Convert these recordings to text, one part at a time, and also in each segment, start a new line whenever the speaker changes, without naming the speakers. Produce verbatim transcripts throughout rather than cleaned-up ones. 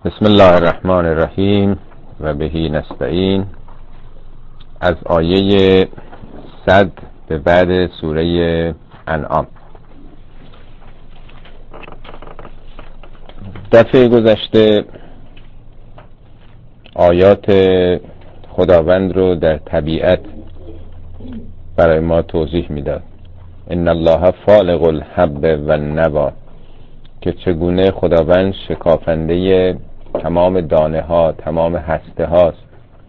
بسم الله الرحمن الرحیم و بهی نستعین. از آیه صد به بعد سوره انعام. دفعه گذشته آیات خداوند رو در طبیعت برای ما توضیح میداد. ان الله فالق الحب و النوى، که چگونه خداوند شکافنده تمام دانه ها، تمام هسته هاست.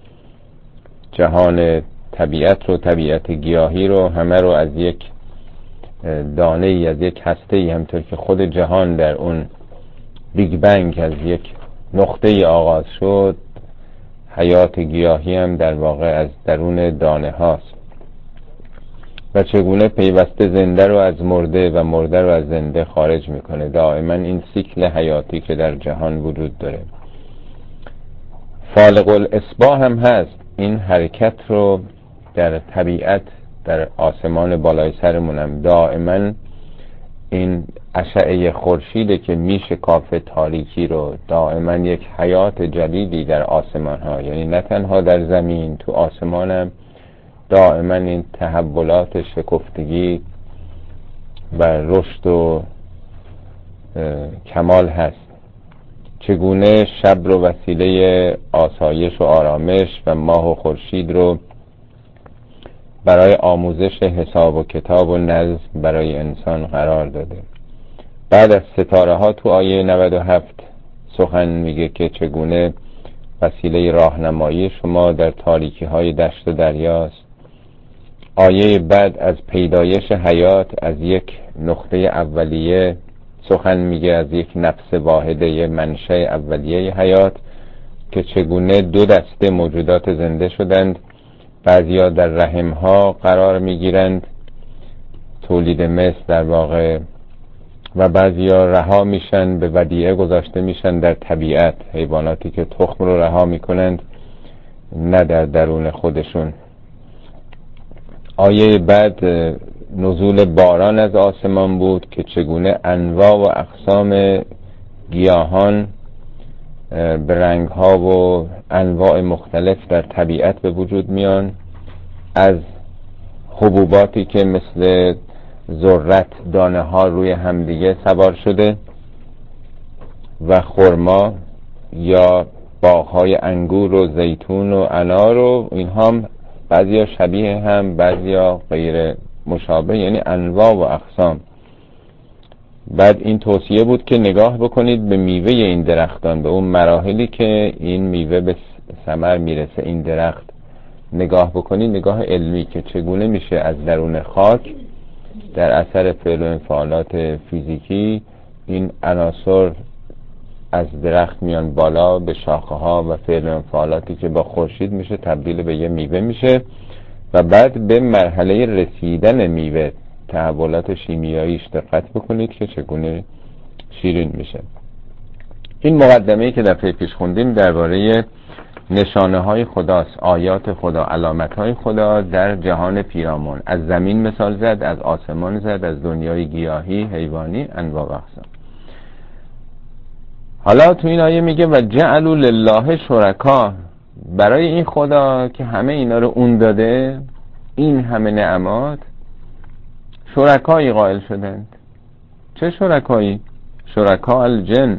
جهان طبیعت رو، طبیعت گیاهی رو، همه رو از یک دانه ای، از یک هسته ای، همطور که خود جهان در اون بیگ بنگ از یک نقطه ای آغاز شد، حیات گیاهی هم در واقع از درون دانه هاست. و چگونه پیوسته زنده رو از مرده و مرده رو از زنده خارج میکنه. دائما این سیکل حیاتی که در جهان وجود داره. فالق الاصباح هم هست. این حرکت رو در طبیعت، در آسمان بالای سرمونم دائما این اشعه خورشیده که میشه کاف تاریکی رو، دائما یک حیات جدیدی در آسمان ها، یعنی نه تنها در زمین، تو آسمانم دائما این تحولات شکفتگی و رشد و کمال هست. چگونه شب رو وسیله آسایش و آرامش و ماه و خورشید رو برای آموزش حساب و کتاب و نظم برای انسان قرار داده. بعد از ستاره ها تو آیه نود و هفت سخن میگه که چگونه وسیله راهنمایی شما در تاریکی های دشت و دریاست. آیه بعد از پیدایش حیات، از یک نقطه اولیه سخن میگه، از یک نفس واحده، یه منشأ اولیه حیات، که چگونه دو دسته موجودات زنده شدند. بعضیا در رحم ها قرار میگیرند، تولید مثل در واقع، و بعضیا رها میشن، به ودیعه گذاشته میشن در طبیعت، حیواناتی که تخم رو رها میکنند، نه در درون خودشون. آیه بعد نزول باران از آسمان بود که چگونه انواع و اقسام گیاهان به رنگها و انواع مختلف در طبیعت به وجود میان، از حبوباتی که مثل ذرت دانه ها روی همدیگه سوار شده و خرما، یا باغهای انگور و زیتون و انار و اینها هم بعضیا شبیه هم، بعضیا غیر مشابه، یعنی انواع و اقسام. بعد این توصیه بود که نگاه بکنید به میوه این درختان، به اون مراحلی که این میوه به ثمر میرسه، این درخت نگاه بکنید، نگاه علمی، که چگونه میشه از درون خاک در اثر فعل و انفعالات فیزیکی این عناصر از درخت میان بالا به شاخه ها و فعل و انفعالاتی که با خورشید میشه تبدیل به یه میوه میشه، و بعد به مرحله رسیدن میوه، تحولات شیمیاییش دقت بکنید که چگونه شیرین میشه. این مقدمه‌ای که دفعه پیش خوندیم درباره نشانه های خداست، آیات خدا، علامت های خدا در جهان پیرامون. از زمین مثال زد، از آسمان زد، از دنیای گیاهی، حیوانی، انواع و اقسام. حالا تو این آیه میگه و جعلوا لله شرکا، برای این خدا که همه اینا رو اون داده، این همه نعمات، شرکایی قائل شدند. چه شرکایی؟ شرکا الجن.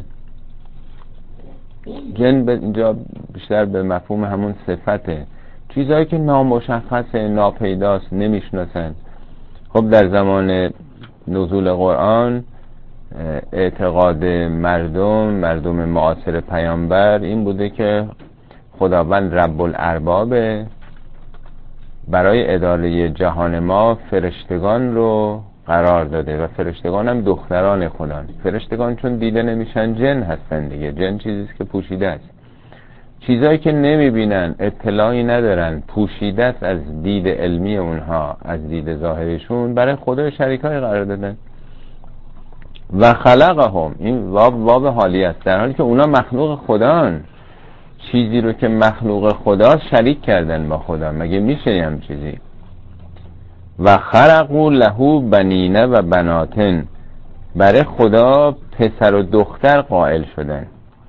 جن به اینجا بیشتر به مفهوم همون صفته، چیزهایی که نامشخصه، ناپیداست، نمیشناسن. خب در زمان نزول قرآن اعتقاد مردم مردم معاصر پیامبر این بوده که خداوند رب الاربابه، برای اداره جهان ما فرشتگان رو قرار داده و فرشتگان هم دختران خدان. فرشتگان چون دیده نمیشن جن هستن دیگه. جن چیزیست که پوشیده است، چیزایی که نمیبینن، اطلاعی ندارن، پوشیده است از دید علمی اونها، از دید ظاهرشون، برای خدا شریکای قرار دادن. و خلقهم، این واب واب حالی است، در حالی که اونا مخلوق خدان. چیزی رو که مخلوق خدا شریک کردن با خدا، مگه میشه هم چیزی؟ و خلقوا له بنین و بناتن، برای خدا پسر و دختر قائل شدن.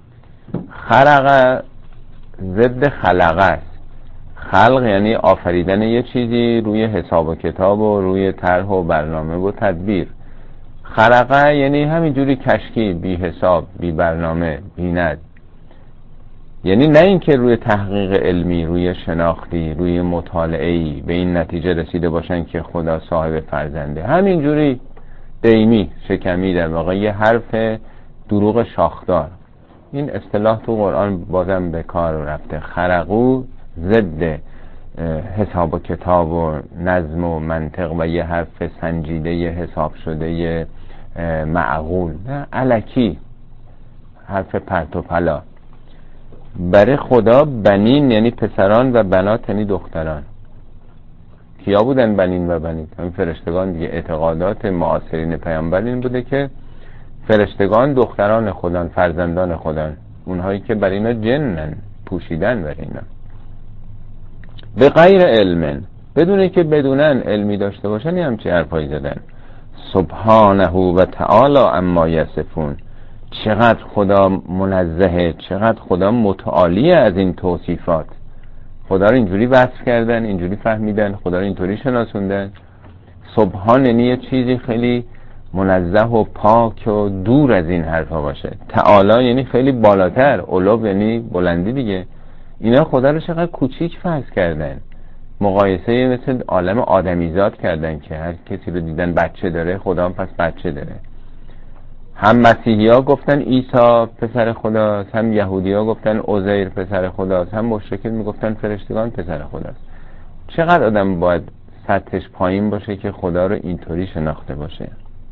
خلق ضد خلق است. خلق یعنی آفریدن یه چیزی روی حساب و کتاب و روی طرح و برنامه و تدبیر. خلقه یعنی همینجوری کشکی، بی حساب، بی برنامه، بی ند. یعنی نه اینکه روی تحقیق علمی، روی شناختی، روی مطالعه‌ای به این نتیجه رسیده باشن که خدا صاحب فرزنده، همینجوری دیمی، شکمی، در واقع یه حرف دروغ شاخدار. این اصطلاح تو قرآن بازم به کار رفته. خرقو ضد حساب و کتاب و نظم و منطق و یه حرف سنجیده حساب شده معقول، نه الکی، حرف پرت و پلا. برای خدا بنین یعنی پسران و بنات یعنی دختران. کیا بودن بنین و بنین؟ همین فرشتگان دیگه. اعتقادات معاصرین پیامبر این بوده که فرشتگان دختران خدان، فرزندان خدان، اونهایی که برای اینا جنن، پوشیدن برای اینا. به غیر علم، بدونه که بدونن، علمی داشته باشن، همچی حرفایی زدن. سبحانه و تعالی اما یصفون. چقدر خدا منزهه، چقدر خدا متعالیه از این توصیفات. خدا رو اینجوری وصف کردن، اینجوری فهمیدن، خدا رو اینطوری شناسوندن. سبحان یعنی یه چیزی خیلی منزه و پاک و دور از این حرفا باشه. تعالی یعنی خیلی بالاتر، علو یعنی بلندی دیگه. اینا خدا رو چقدر کوچیک فرض کردن، مقایسه مثل عالم آدمیزاد کردن که هر کسی رو دیدن بچه داره، خدا هم پس بچه داره. هم مسیحی ها گفتن عیسی پسر خداست، هم یهودی ها گفتن عزیر پسر خداست، هم مشرکین میگفتن فرشتگان پسر خداست. چقدر آدم باید سطحش پایین باشه که خدا رو اینطوری شناخته باشه.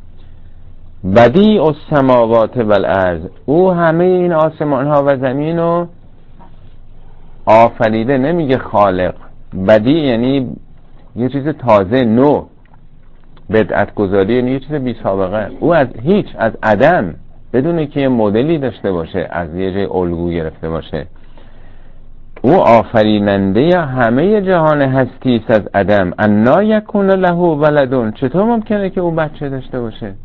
بدیع السماوات والارض، او همه این آسمان ها و زمین رو آفریده. نمیگه خالق. بدیع یعنی یه چیز تازه، نو. بدعت گذاری یعنی یه چیز بی سابقه. او از هیچ، از عدم، بدونه که یه مدلی داشته باشه، از یه جای الگو گرفته باشه. او آفریننده همه جهان هستی است از عدم. انا یکون له ولدون، چطور ممکنه که او بچه داشته باشه؟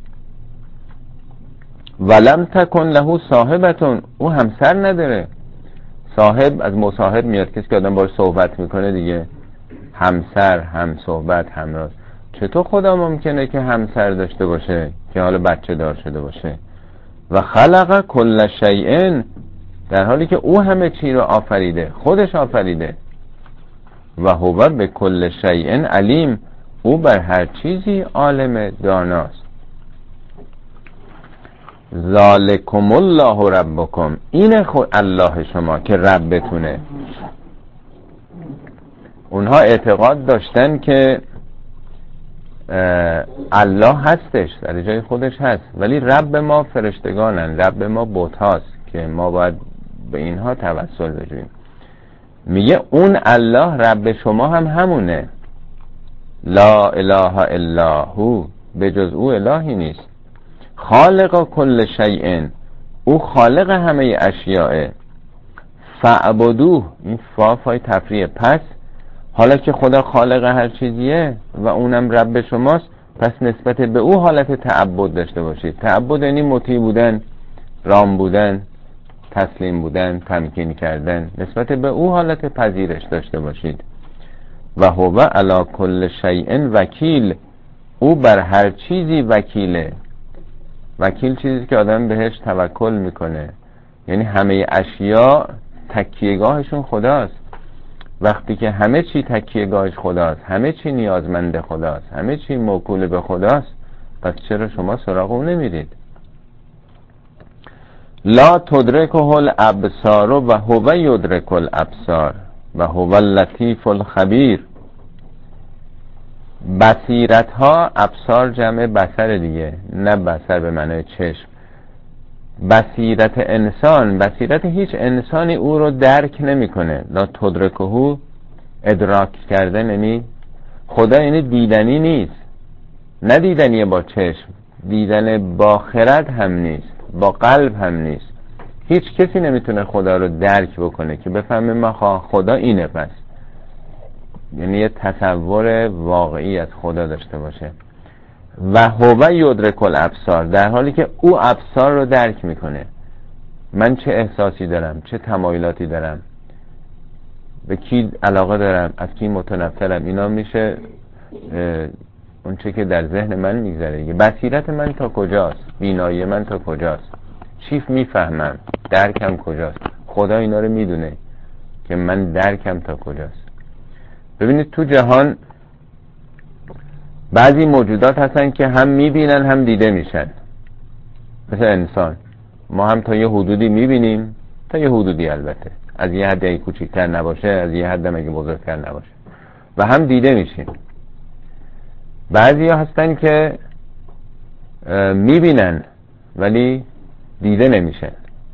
ولم تکن له صاحبتون، او همسر نداره. صاحب از مصاحب میاد، کسی که آدم باش صحبت میکنه دیگه. همسر، هم صحبت، همراز. چطور خدا ممکنه که همسر داشته باشه که حالا بچه دار شده باشه؟ و خلق کل شیء، در حالی که او همه چی رو آفریده، خودش آفریده. و هو به کل شیء علیم، او بر هر چیزی عالم، داناست. ذالکم الله ربکم، این خود الله شما که ربتونه. اونها اعتقاد داشتن که الله هستش، در جای خودش هست، ولی رب ما فرشتگانن، رب ما بت هاست که ما باید به اینها توسل بجوییم. میگه اون الله رب شما هم همونه. لا اله الا هو، به جز او الهی نیست. خالق کل شیء، او خالق همه اشیاء. فاعبدوه، این فا فای تفریه. پس حالا که خدا خالق هر چیزیه و اونم رب شماست، پس نسبت به او حالت تعبد داشته باشید. تعبد یعنی مطیع بودن، رام بودن، تسلیم بودن، تمکین کردن. نسبت به او حالت پذیرش داشته باشید. و هو علی کل شیء وکیل، او بر هر چیزی وکیله. وکیل چیزی که آدم بهش توکل میکنه، یعنی همه اشیاء تکیهگاهشون خداست. وقتی که همه چی تکیهگاهش خداست، همه چی نیازمند خداست، همه چی موکول به خداست، پس چرا شما سراغ اون نمیرید؟ لا تدرکه الابصار و هو یدرک الابصار و هو اللطیف الخبیر. بصیرت ها، ابصار جمع بصر دیگه، نه بصر به معنی چشم. بصیرت انسان، بصیرت هیچ انسانی او رو درک نمیکنه. لا تدرکه، ادراک کردن یعنی خدا، یعنی دیدنی نیست. نه دیدنیه با چشم، دیدن با خرد هم نیست، با قلب هم نیست. هیچ کسی نمیتونه خدا رو درک بکنه که بفهمه ما خدا اینه. پس یعنی یه تصور واقعی از خدا داشته باشه. و هو یدرک الابصار، در حالی که او ابصار رو درک میکنه. من چه احساسی دارم، چه تمایلاتی دارم، به کی علاقه دارم، از کی متنفرم. اینا میشه اون چه که در ذهن من میگذره. بصیرت من تا کجاست، بینایی من تا کجاست، چی میفهمم، درکم کجاست. خدا اینا رو میدونه که من درکم تا کجاست. ببینید تو جهان بعضی موجودات هستن که هم میبینن هم دیده میشن. مثل انسان، ما هم تا یه حدودی میبینیم، تا یه حدودی البته، از یه حد اگه کوچکتر نباشه، از یه حد اگه بزرگتر نباشه، و هم دیده میشیم. بعضی ها هستن که میبینن ولی دیده نمیشن.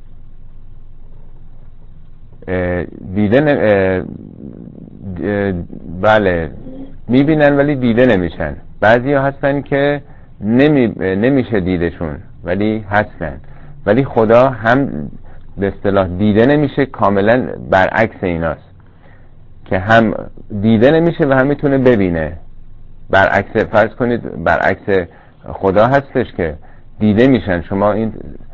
دیده ن... بله میبینن ولی دیده نمیشن. بعضی ها هستن که نمی... نمیشه دیدشون ولی هستن. ولی خدا هم به اصطلاح دیده نمیشه، کاملا برعکس ایناست که هم دیده نمیشه و هم میتونه ببینه. برعکس، فرض کنید برعکس خدا هستش که دیده میشن، شما این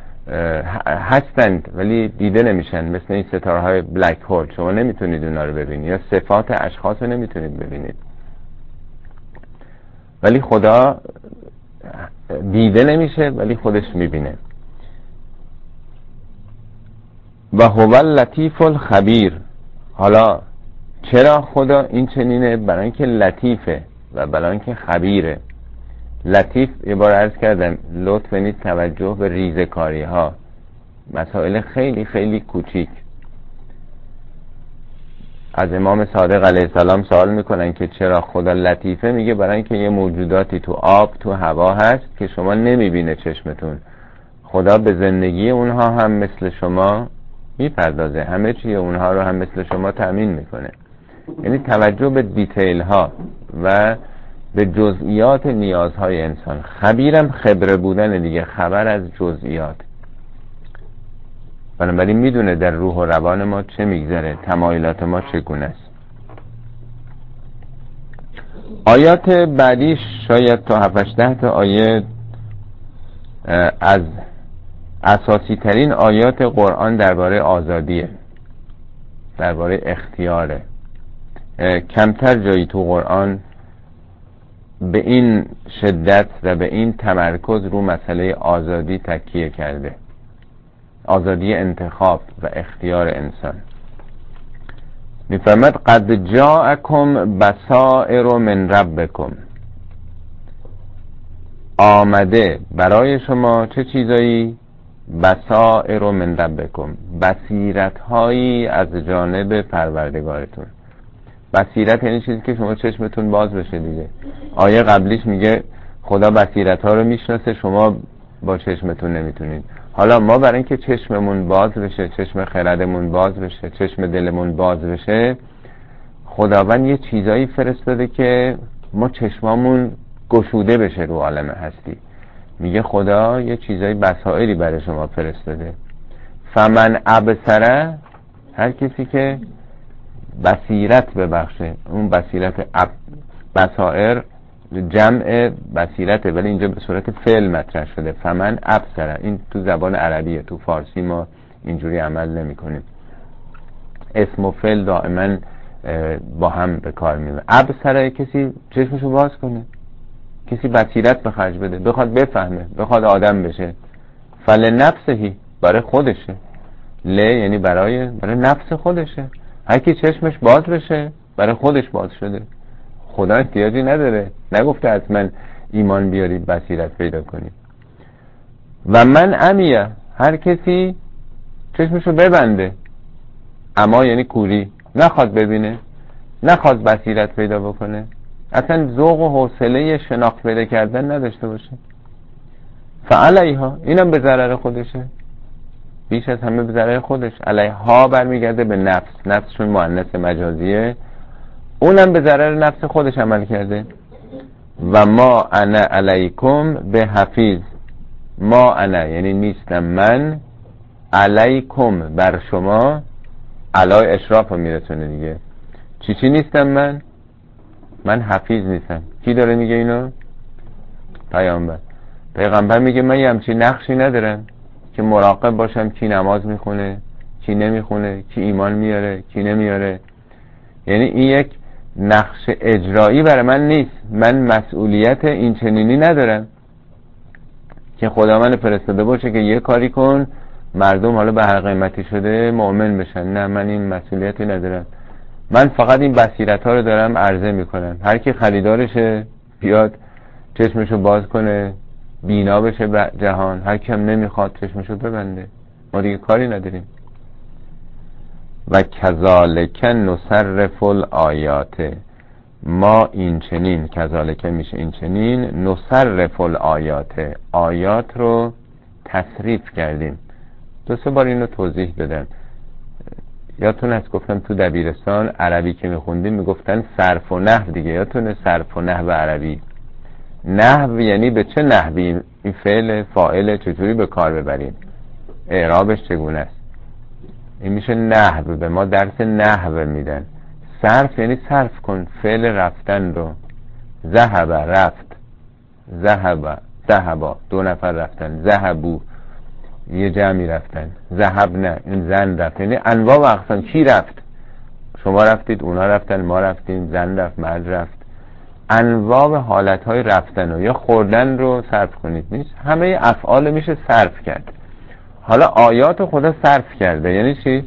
هستند ولی دیده نمیشن، مثل این ستاره های بلک هول، شما نمیتونید اونا رو ببینید، یا صفات اشخاص رو نمیتونید ببینید. ولی خدا دیده نمیشه ولی خودش میبینه. و هو اللطیف الخبیر. حالا چرا خدا این چنینه؟ برای اینکه لطیفه و برای اینکه خبیره. لطیف، یه بار عرض کردم، لطف یعنی توجه به ریزکاری ها، مسائل خیلی خیلی کوچیک. از امام صادق علیه السلام سوال میکنن که چرا خدا لطیفه؟ میگه برای اینکه یه موجوداتی تو آب، تو هوا هست که شما نمیبینه چشمتون. خدا به زندگی اونها هم مثل شما میپردازه، همه چی اونها رو هم مثل شما تأمین میکنه. یعنی توجه به دیتیل ها و به جزئیات نیازهای انسان. خبیرم خبره بودن دیگه، خبر از جزئیات. بنابراین میدونه در روح و روان ما چه میگذره، تمایلات ما چگونه است. آیات بعدیش شاید تا هفت ده تا آیه از اساسی ترین آیات قرآن درباره آزادیه، درباره اختیاره. کمتر جایی تو قرآن به این شدت و به این تمرکز رو مسئله آزادی تکیه کرده، آزادی انتخاب و اختیار انسان. میفرماد قد جاءکم بصائر من ربکم. آمده برای شما چه چیزایی؟ بصائر من ربکم، بصیرت هایی از جانب پروردگارتون. بصیرت یعنی چیزی که شما چشمتون باز بشه دیگه. آیه قبلیش میگه خدا بصیرت ها رو میشناسه، شما با چشمتون نمیتونید. حالا ما برای اینکه چشممون باز بشه، چشم خردمون باز بشه، چشم دلمون باز بشه، خداوند یه چیزایی فرستاده که ما چشمامون گشوده بشه رو عالم هستی. میگه خدا یه چیزایی بصائری برای شما فرستاده. فمن ابصره، هر کسی که بصیرت ببخشه. اون بصیرت اب... بصائر جمع بصیرته ولی اینجا به صورت فعل مطرح شده. فمن ابصره، این تو زبان عربیه، تو فارسی ما اینجوری عمل نمی کنیم. اسم و فعل دائما با هم به کار میبره. ابصره کسی چشمشو باز کنه، کسی بصیرت به خرج بده، بخواد بفهمه، بخواد آدم بشه. فلنفسهی، برای خودشه. ل یعنی برای برای نفس خودشه. هر کی چشمش باز بشه برای خودش باز شده. خدا احتیاجی نداره، نگفته حتما ایمان بیارید بصیرت پیدا کنید. و من عمیه، هر کسی چشمشو ببنده، اما یعنی کوری، نخواد ببینه، نخواد بصیرت پیدا بکنه، اصلا ذوق و حوصله شناخت پیدا کردن نداشته باشه، فعلیها، اینم به ضرر خودشه، بیش از همه به ضرر خودش. علیها برمیگرده به نفس، نفسشون مؤنث مجازیه، اونم به ضرر نفس خودش عمل کرده. و ما انا علیکم به حفیظ، ما انا یعنی نیستم من، علیکم بر شما، علای اشراف رو میرسونه دیگه. چی چی نیستم من؟ من حفیظ نیستم. کی داره میگه اینو؟ پیامبر. پیغمبر میگه من یه همچین نقشی ندارم که مراقب باشم کی نماز میخونه، کی نمیخونه، کی ایمان میاره، کی نمیاره. یعنی این یک نقش اجرایی برای من نیست. من مسئولیت این چنینی ندارم که خدا من فرستاده باشه که یه کاری کن مردم حالا به هر قیمتی شده مؤمن بشن. نه، من این مسئولیتی ندارم. من فقط این بصیرت ها رو دارم عرضه میکنم. هر کی خریدارشه بیاد چشمشو باز کنه، بینا بشه به جهان. هر کی هم نمیخواد چشمشو ببنده. ما دیگه کاری نداریم. و کذالک نصرف الآیات، ما این چنین، کذالک میشه این چنین، نصرف الآیات، آیات رو تصریف کردیم. دو سه بار اینو توضیح دادم. یادتون هست گفتم تو دبیرستان عربی که میخوندیم میگفتن صرف و نحو دیگه. یادتونه صرف و نحو عربی؟ نحو یعنی به چه نحوی این فعل فاعل چطوری به کار ببریم، اعرابش چگونه است. این میشه نحو. به ما درس نحو میدن. صرف یعنی صرف کن فعل رفتن رو. ذهب رفت، ذهب ذهبا دو نفر رفتن، ذهبو یه جمعی رفتن، ذهب نه این زن رفت. یعنی انواع و اقسام. کی رفت؟ شما رفتید، اونا رفتن، ما رفتیم، زن رفت، مرد رفت. انواع و حالتهای رفتن رو یا خوردن رو صرف کنید. نیست همه افعال میشه صرف کرد. حالا آیات خدا صرف کرده یعنی چی؟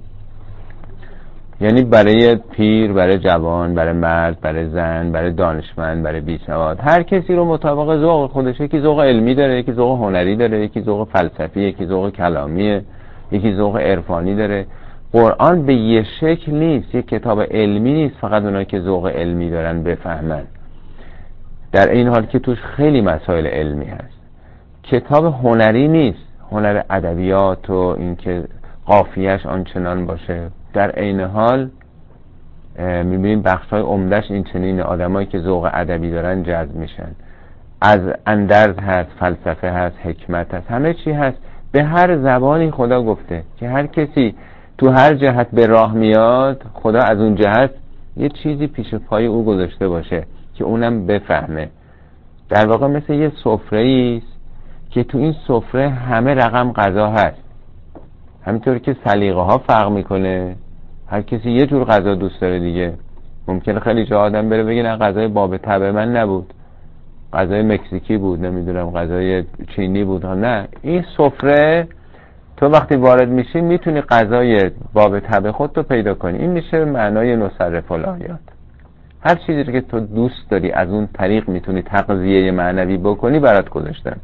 یعنی برای پیر، برای جوان، برای مرد، برای زن، برای دانشمند، برای بیسواد، هر کسی رو مطابق ذوق خودش. یکی ذوق علمی داره، یکی ذوق هنری داره، یکی ذوق فلسفی، یکی ذوق کلامیه، یکی ذوق عرفانی داره. قرآن به یه شکل نیست. یک کتاب علمی نیست فقط اونایی که ذوق علمی دارن بفهمن، در این حال که توش خیلی مسائل علمی هست. کتاب هنری نیست، هنر ادبیات و اینکه قافیه‌اش آنچنان باشه. در عین حال میبینیم بخش‌های عمده‌اش این چنین، آدمایی که ذوق ادبی دارن جذب میشن. از اندرز هست، فلسفه هست، حکمت هست، همه چی هست. به هر زبانی خدا گفته که هر کسی تو هر جهت به راه میاد، خدا از اون جهت یه چیزی پیش پای او گذاشته باشه که اونم بفهمه. در واقع مثل یه سفره‌ای است که تو این سفره همه رقم غذا هست. همینطور که سلیقه ها فرق میکنه، هر کسی یه جور غذا دوست داره دیگه. ممکنه خیلی جا آدم بره بگه نه غذای باب تبع من نبود، غذای مکزیکی بود، نمیدونم غذای چینی بود. نه، این سفره تو وقتی وارد میشی میتونی غذای باب تبع خودتو پیدا کنی. این میشه معنای نصرف الآیات. هر چیزی که تو دوست داری از اون طریق میتونی تغذیه معنوی بکنی برات گذاشتن.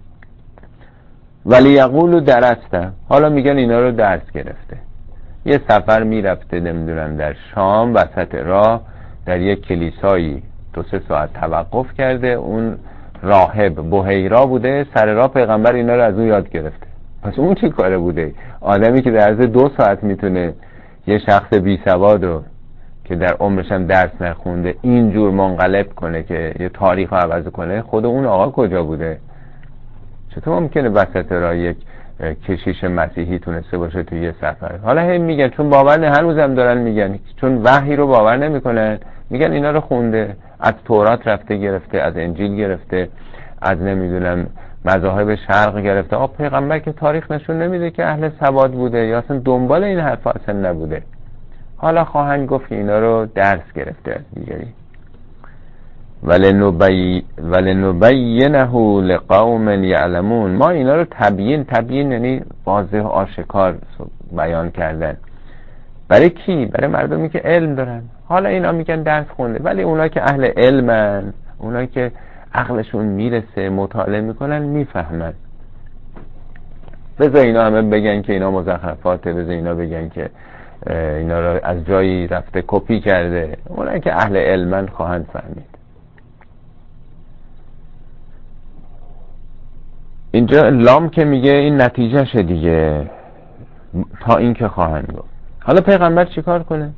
ولی یقولو درسته، حالا میگن اینا رو درس گرفته. یه سفر میرفته نمیدونم در شام، وسط راه در یک کلیسایی دو سه ساعت توقف کرده. اون راهب بحیرا بوده، سر راه پیغمبر اینا رو از اون یاد گرفته. پس اون چی کاره بوده؟ آدمی که در عرض دو ساعت میتونه یه شخص بی سواد رو که در عمرش هم درس نخونده اینجور منقلب کنه که یه تاریخ رو عوض کنه، خود اون آقا کجا بوده؟ چطور ممکنه وسط راه یک کشیش مسیحی تونسته باشه توی یه سفر؟ حالا هم میگن چون باور نه، هنوزم دارن میگن چون وحی رو باور نمیکنن، میگن اینا رو خونده، از تورات رفته گرفته، از انجیل گرفته، از نمیدونم مذاهب شرق گرفته. آ پیغمبر که تاریخ نشون نمیده که اهل سواد بوده یا اصلا دنبال این حرفا اصلا نبوده. حالا خواهند گفت اینا رو درس گرفته از دیگری. ولنبی ولنبینه لقوم یعلمون، ما اینا رو تبیین، تبیین یعنی واضح آشکار بیان کردن. برای کی؟ برای مردمی که علم دارن. حالا اینا میگن درس خونده، ولی اونا که اهل علمن، اونا که عقلشون میرسه مطالعه میکنن میفهمن. بذار اینا همه بگن که اینا مزخرفاته، بذار اینا بگن که اینا رو از جایی رفته کپی کرده، اونا که اهل علمن خواهند فهمید. اینجا لام که میگه این نتیجهشه دیگه، تا این که خواهند گفت. حالا پیغمبر چی کار کنه؟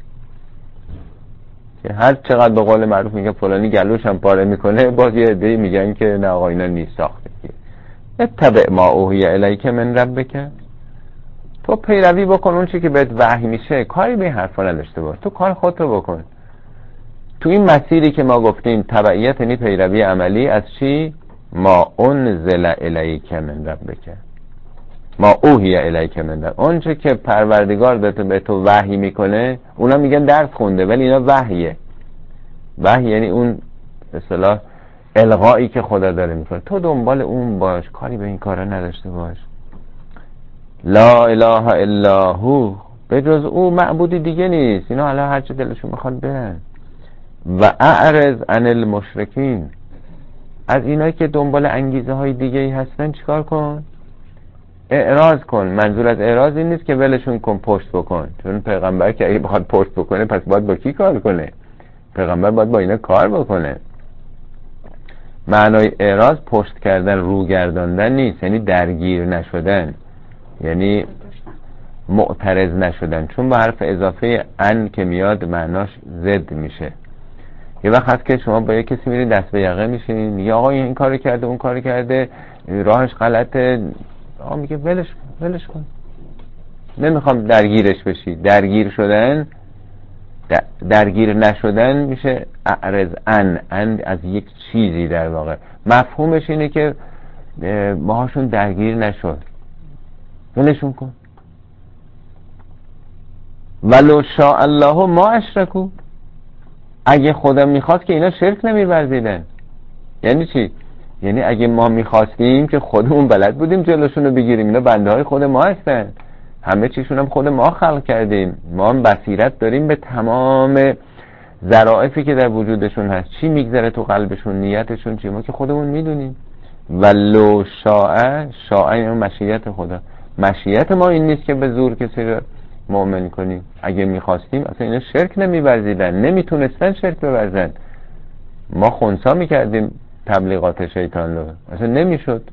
که هر چقدر به قول معروف میگه فلانی گلوش هم پاره میکنه، باز یه عده‌ای میگن که نه آقا اینا نیست ساخته. اتبع ما اوحی الیک من ربک، تو پیروی بکن اون چی که بهت وحی میشه، کاری به این حرفا نداشته باش، تو کار خودتو بکن. تو این مسیری که ما گفتیم تبعیت یعنی پیروی عملی از چی؟ ما انزل الیک من ربک. ما اوحی الیک من ربک، اون چه که پروردگار به تو, به تو وحی میکنه اونا میگن درس خونده ولی اینا وحیه. وحی یعنی اون به اصطلاح القایی که خدا داره میکنه، تو دنبال اون باش، کاری به این کارا نداشته باش. لا اله الا هو، به جز او معبودی دیگه نیست، اینا حالا هر چه دلشون میخواد برن. و اعرض عن المشرکین، از اینایی که دنبال انگیزه های دیگه ای هستن چیکار کن؟ اعراض کن. منظور از اعراض این نیست که ولشون کن پشت بکن، چون پیغمبر که اگه بخواد پشت بکنه پس باید با کی کار کنه؟ پیغمبر باید با اینا کار بکنه. معنای اعراض پشت کردن، رو گرداندن نیست، یعنی درگیر نشدن، یعنی معترض نشدن، چون با حرف اضافه ان که میاد معناش ضد میشه. یه وقت هست که شما با یه کسی میرین دست به یقه میشین، میگه آقا این کارو کرده اون کارو کرده راهش غلطه، آقا میگه ولش ولش کن، نمیخوام درگیرش بشی. درگیر شدن، درگیر نشدن میشه اعرض ان، ان از یک چیزی در واقع مفهومش اینه که باهاشون درگیر نشد، ولشون کن. ولو شاء الله ما اشرکو، اگه خدا میخواست که اینا شرک نمیورزیدن. یعنی چی؟ یعنی اگه ما میخواستیم که خودمون بلد بودیم جلوشون رو بگیریم، اینا بنده های خود ما هستن، همه چیشون هم خود ما خلق کردیم، ما هم بصیرت داریم به تمام ظرافی که در وجودشون هست، چی میگذره تو قلبشون، نیتشون چی، ما که خودمون میدونیم. ولو شاء، شاء یعنی مشیت خدا. مشیت ما این نیست که به زور کسی رو مؤمن کنیم، اگه میخواستیم اصلا اینا شرک نمیورزیدن، نمیتونستن شرک بورزن. ما خنثی میکردیم تبلیغات شیطان رو، اصلا نمیشد.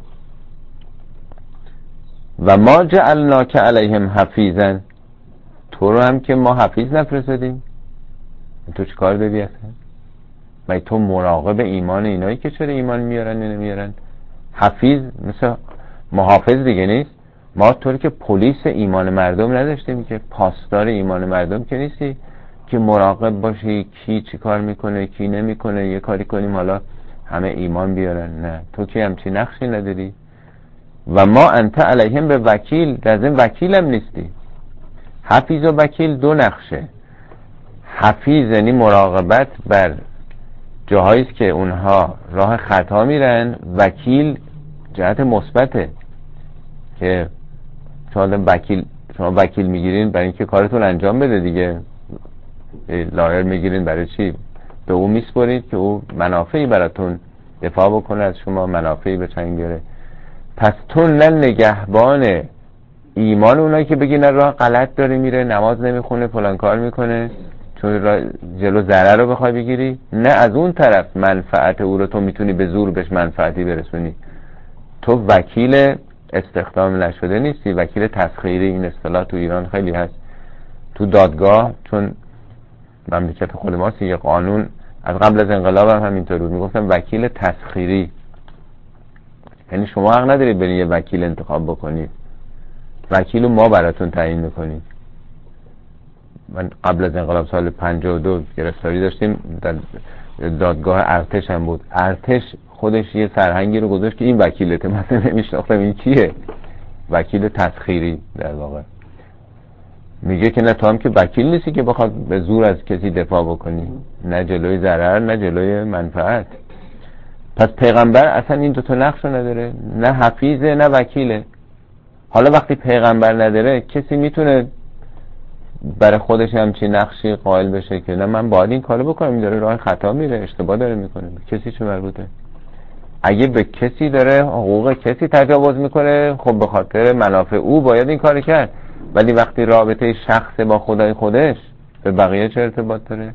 و ما جعلناک علیهم حفیظا، تو رو هم که ما حفیظ نفرستادیم، تو چه کار داری اصلا؟ مگه تو مراقب ایمان اینایی که چرا ایمان میارن یا نمیارن؟ حفیظ مثل محافظ دیگه نیست. ما طوری که پلیس ایمان مردم نداشتیم که پاسدار ایمان مردم که نیستی که مراقب باشی کی چی کار میکنه کی نمیکنه، یه کاری کنیم حالا همه ایمان بیارن. نه، تو که همچی نقشی نداری. و ما انت علیهم به وکیل، در ضمن وکیل هم نیستی. حفیظ و وکیل دو نقشه. حفیظ یعنی مراقبت بر جاهایی است که اونها راه خطا میرن، وکیل جهت مثبته که شما وکیل شما وکیل میگیرین برای اینکه کارتون انجام بده دیگه. لایر میگیرین برای چی؟ به او میسپرید که او منافعی براتون دفاع بکنه از شما، منافعی به چنگ بیاره. پس تو نه نگهبان ایمان اونایی که بگی نه راه غلط داره میره، نماز نمیخونه فلان کار میکنه چون جلو ضرر رو بخوای بگیری، نه از اون طرف منفعت او رو تو میتونی به زور بهش منفعتی برسونی. تو وکیل استخدام نشده نیستی، وکیل تسخیری. این اصطلاح تو ایران خیلی هست. تو دادگاه، چون مملکت خود ماست، یه قانون از قبل از انقلاب هم همینطور بود، میگفتن وکیل تسخیری، یعنی شما حق ندارید برید یه وکیل انتخاب بکنید، وکیل رو ما براتون تعیین میکنیم. من قبل از انقلاب سال پنجاه و دو گرفتاری داشتیم در دادگاه ارتش هم بود. ارتش خودش یه سرهنگی رو گذاشت که این وکیلته، مثلا نمیشناختم این کیه، وکیل تسخیری در واقع. میگه که نه تو هم که وکیل نیستی که بخواد به زور از کسی دفاع بکنی، نه جلوی ضرر نه جلوی منفعت. پس پیغمبر اصلا این دوتا نقش رو نداره، نه حفیظه نه وکیله. حالا وقتی پیغمبر نداره کسی میتونه برای خودش همچین نقشی قائل بشه که نه من باید این کارو بکنم، این داره راه خطا میره، اشتباه داره میکنه، کسی چه مربوطه؟ اگه به کسی داره حقوق کسی تجاوز میکنه، خب به خاطر منافع او باید این کارو کرد، ولی وقتی رابطه شخص با خدای خودش، به بقیه چه ارتباط داره؟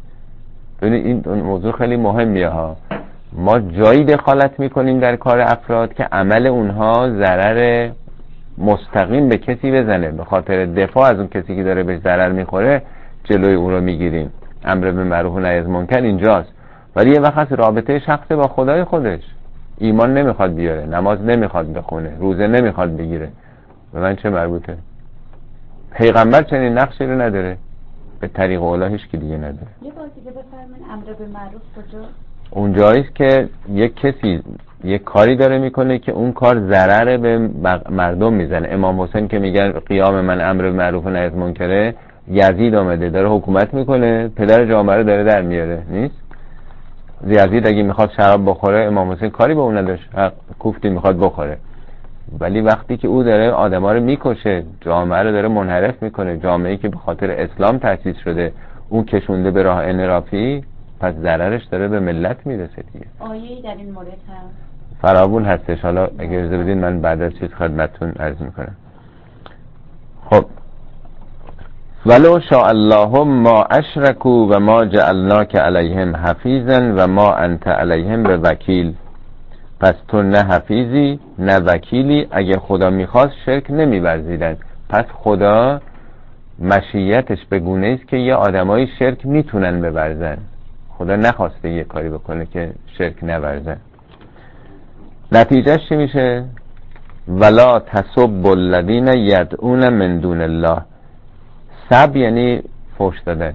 ببینید این موضوع خیلی مهمیه ها. ما جایی دخالت میکنیم در کار افراد که عمل اونها ضرر مستقیم به کسی بزنه، به خاطر دفاع از اون کسی که داره بهش ضرر میخوره جلوی اون رو میگیریم. امر به معروف و نهی از منکر اینجاست. ولی یه وقت رابطه شخص با خدای خودش، ایمان نمیخواد بیاره، نماز نمیخواد بخونه، روزه نمیخواد بگیره، به من چه مربوطه؟ پیغمبر چنین نقشی رو نداره، به طریق اولا هیچ کی دیگه نداره.
یه بار دیگه بفرمایید امر به معروف کجا؟
اونجاییست که یک کسی یک کاری داره میکنه که اون کار ضرر به مردم میزنه. امام حسین که میگن قیام من امر معروف و نهی از منکره، یزید آمده داره حکومت میکنه، پدر جامعه رو داره در میاره. نیست یزید اگه میخواد شراب بخوره، امام حسین کاری به اون نداشت، کوفتی میخواد بخوره. ولی وقتی که او داره آدما رو میکشه، جامعه رو داره منحرف میکنه، جامعه‌ای که به خاطر اسلام تأسیس شده اون کشونده به راه انحرافی، پس ضررش داره به ملت میرسه دیگه.
آیه‌ای در این مورد هست؟
فراوون هستش. حالا اگه اجازه بدین من بعد از چیز خدمتتون عرض میکنم. خب ولو شاء الله ما اشرکوا و ما جعلناک علیهم حفیظا و ما انت علیهم به وکیل. پس تو نه حفیظی نه وکیلی، اگه خدا میخواست شرک نمیورزیدن. پس خدا مشیتش به گونه است که یه آدمای شرک میتونن بورزن، خدا نخواسته یه کاری بکنه که شرک نورزن. نتیجهش چی میشه؟ ولا تسبوا الذین یدعون من دون الله. سب یعنی فحش دادن.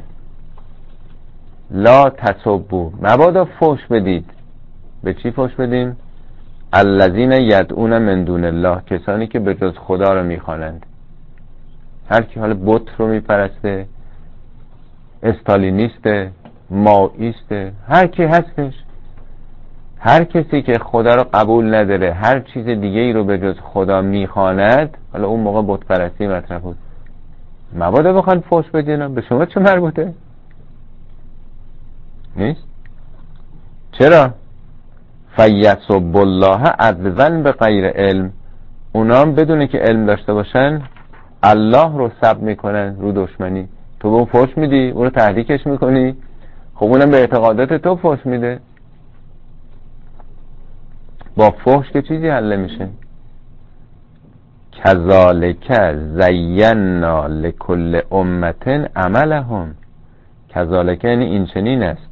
لا تسبوا، مبادا فحش بدید. به چی فحش بدیم؟ الذین یدعون من دون الله، کسانی که به جز خدا رو میخوانند. هر کی حالا بت رو میپرسته، استالینیسته، مائیسته، هر کی هستش، هر کسی که خدا رو قبول نداره، هر چیز دیگه ای رو به جز خدا میخواند، حالا اون موقع بت پرستی مطرح بود. مبادا بخوان فحش بدین. به شما چه مربوطه؟ نیست. چرا؟ فیسب الله عدوا به غیر علم. اونا هم بدونه که علم داشته باشن الله رو سب میکنن رو دشمنی. تو به اون فحش میدی، اون رو تحریکش میکنی، خب اونم به اعتقادات تو فحش میده. با فحش که چیزی حل میشه. کذالک زینا لکل امت عملهم. کذالک یعنی این چنین است.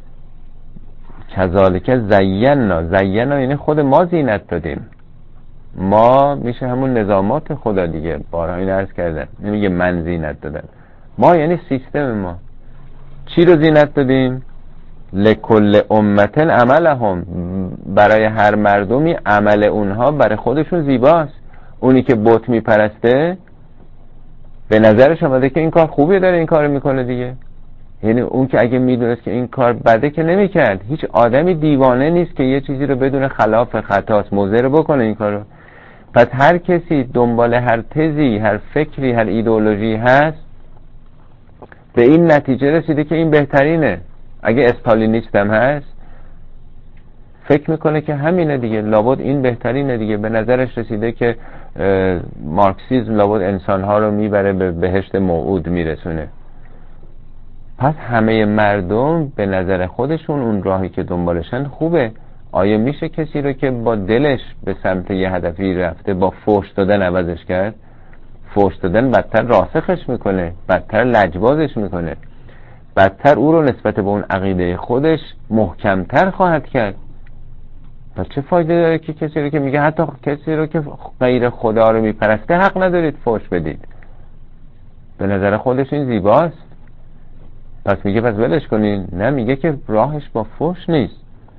کذالک زینا، زینا یعنی خود ما زینت دادیم. ما میشه همون نظامات خدا دیگه، بارها این عرض کردن، نمیگه من زینت دادم. ما یعنی سیستم ما. چی رو زینت دادیم؟ لکل امت عملهم، برای هر مردمی عمل اونها برای خودشون زیباست. اونی که بت میپرسته به نظرش اومده که این کار خوبی داره این کار میکنه دیگه. یعنی اون که اگه میدونست که این کار بده که نمیکرد. هیچ آدمی دیوانه نیست که یه چیزی رو بدون خلاف خطاست مضر بکنه این کارو. پس هر کسی دنبال هر تزی، هر فکری، هر ایدئولوژی هست، به این نتیجه رسیده که این بهترینه. اگه استالینیست هم هست فکر میکنه که همینه دیگه، لابد این بهترینه دیگه. به نظرش رسیده که مارکسیسم لابد انسانها رو میبره به بهشت موعود میرسونه. پس همه مردم به نظر خودشون اون راهی که دنبالشن خوبه. آیا میشه کسی رو که با دلش به سمت یه هدفی رفته با فحش دادن عوضش کرد؟ فحش دادن بدتر راسخش میکنه، بدتر لجبازش میکنه، بدتر او رو نسبت به اون عقیده خودش محکمتر خواهد کرد. پس چه فایده داره که کسی رو که میگه حتی کسی رو که غیر خدا رو میپرسته حق ندارید فحش بدید؟ به نظر خودش این زیباست، پس میگه پس ولش کنین. نه، میگه که راهش با فحش نیست.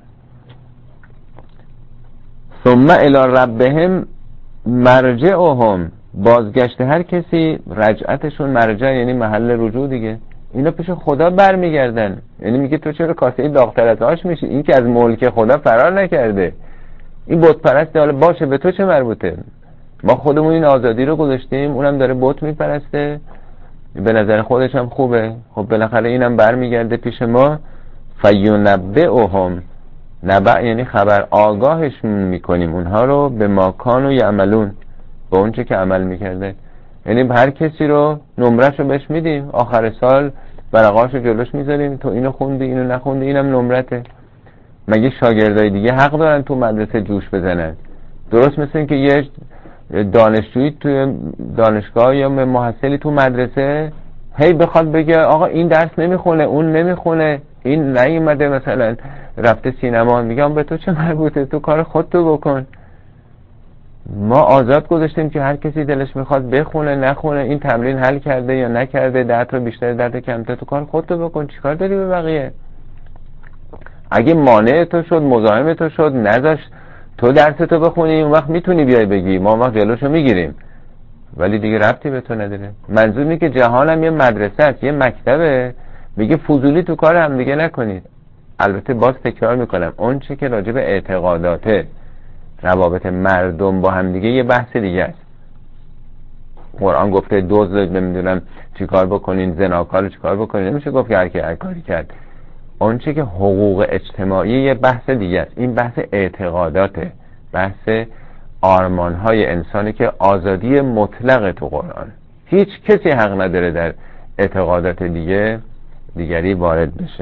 ثم الی ربهم مرجعهم، بازگشت هر کسی، رجعتشون مرجع یعنی محل رجوع دیگه. اینا پیش خدا برمیگردن. یعنی میگه تو چرا کاسه داغ‌تر از آش میشی؟ این که از ملک خدا فرار نکرده. این بت پرسته، حالا باشه به تو چه مربوطه؟ ما خودمون این آزادی رو گذاشتیم، اونم داره بت میپرسته، به نظر خودش هم خوبه. خب بالاخره اینم برمیگرده پیش ما. فینبئهم، نبع یعنی خبر، آگاهشون میکنیم اونها رو به ما کانوا یعملون، به اون چه که عمل میکرده. یعنی هر کسی رو نمرش رو بهش میدیم، آخر سال ورقاش رو جلوش میذاریم، تو اینو خوندی اینو نخوندی اینم نمرته. مگه شاگردای دیگه حق دارن تو مدرسه جوش بزنن؟ درست مثل این که یه دانشجویی توی دانشگاه یا محصلی تو مدرسه هی بخواد بگه آقا این درس نمیخونه اون نمیخونه، این نیومده مثلا رفته سینما، میگم به تو چه مربوطه؟ تو کار خودتو بکن. ما آزاد گذاشتیم که هر کسی دلش میخواد بخونه نخونه، این تمرین حل کرده یا نکرده، ده تا بیشتر ده تا کمتر، تو کار خودتو بکن، چیکار داری به بقیه؟ اگه مانع تو شد، مزاحم تو شد، نذاش تو درس تو بخونی، اون وقت میتونی بیای بگی، ما اون وقت جلوشو میگیریم، ولی دیگه ربطی به تو نداره. منظور اینه که جهان هم یه مدرسه است، یه مکتبه، میگه فضولی تو کار هم دیگه نکنید. البته باز تکرار میکنم، اون چه که راجع به اعتقادات روابط مردم با هم دیگه یه بحث دیگه است. قرآن گفته دزد نمیدونم چیکار بکنین، زناکار چیکار بکنین، نمیشه گفت که هر کی هر کاری کرد. اون چه که حقوق اجتماعی یه بحث دیگه است. این بحث اعتقاداته، بحث آرمانهای انسانی که آزادی مطلق تو قرآن، هیچ کسی حق نداره در اعتقادات دیگه دیگری وارد بشه.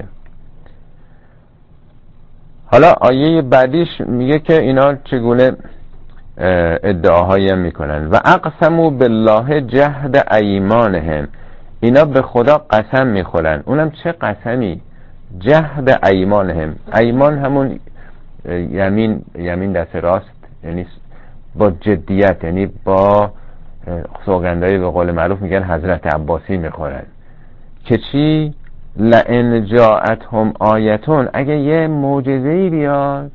حالا آیه بعدیش میگه که اینا چگونه ادعاهایی هم میکنن. و اقسموا بالله جهد ایمانهم، اینا به خدا قسم میخورن. اونم چه قسمی؟ جهد ایمانهم. ایمان همون یمین، یمین دست راست، یعنی با جدیت، یعنی با سوگندایی به قول معروف میگن حضرت عباسی میخورن که چی؟ لئن جاءتهم آیتون، اگه یه معجزه‌ای بیاد،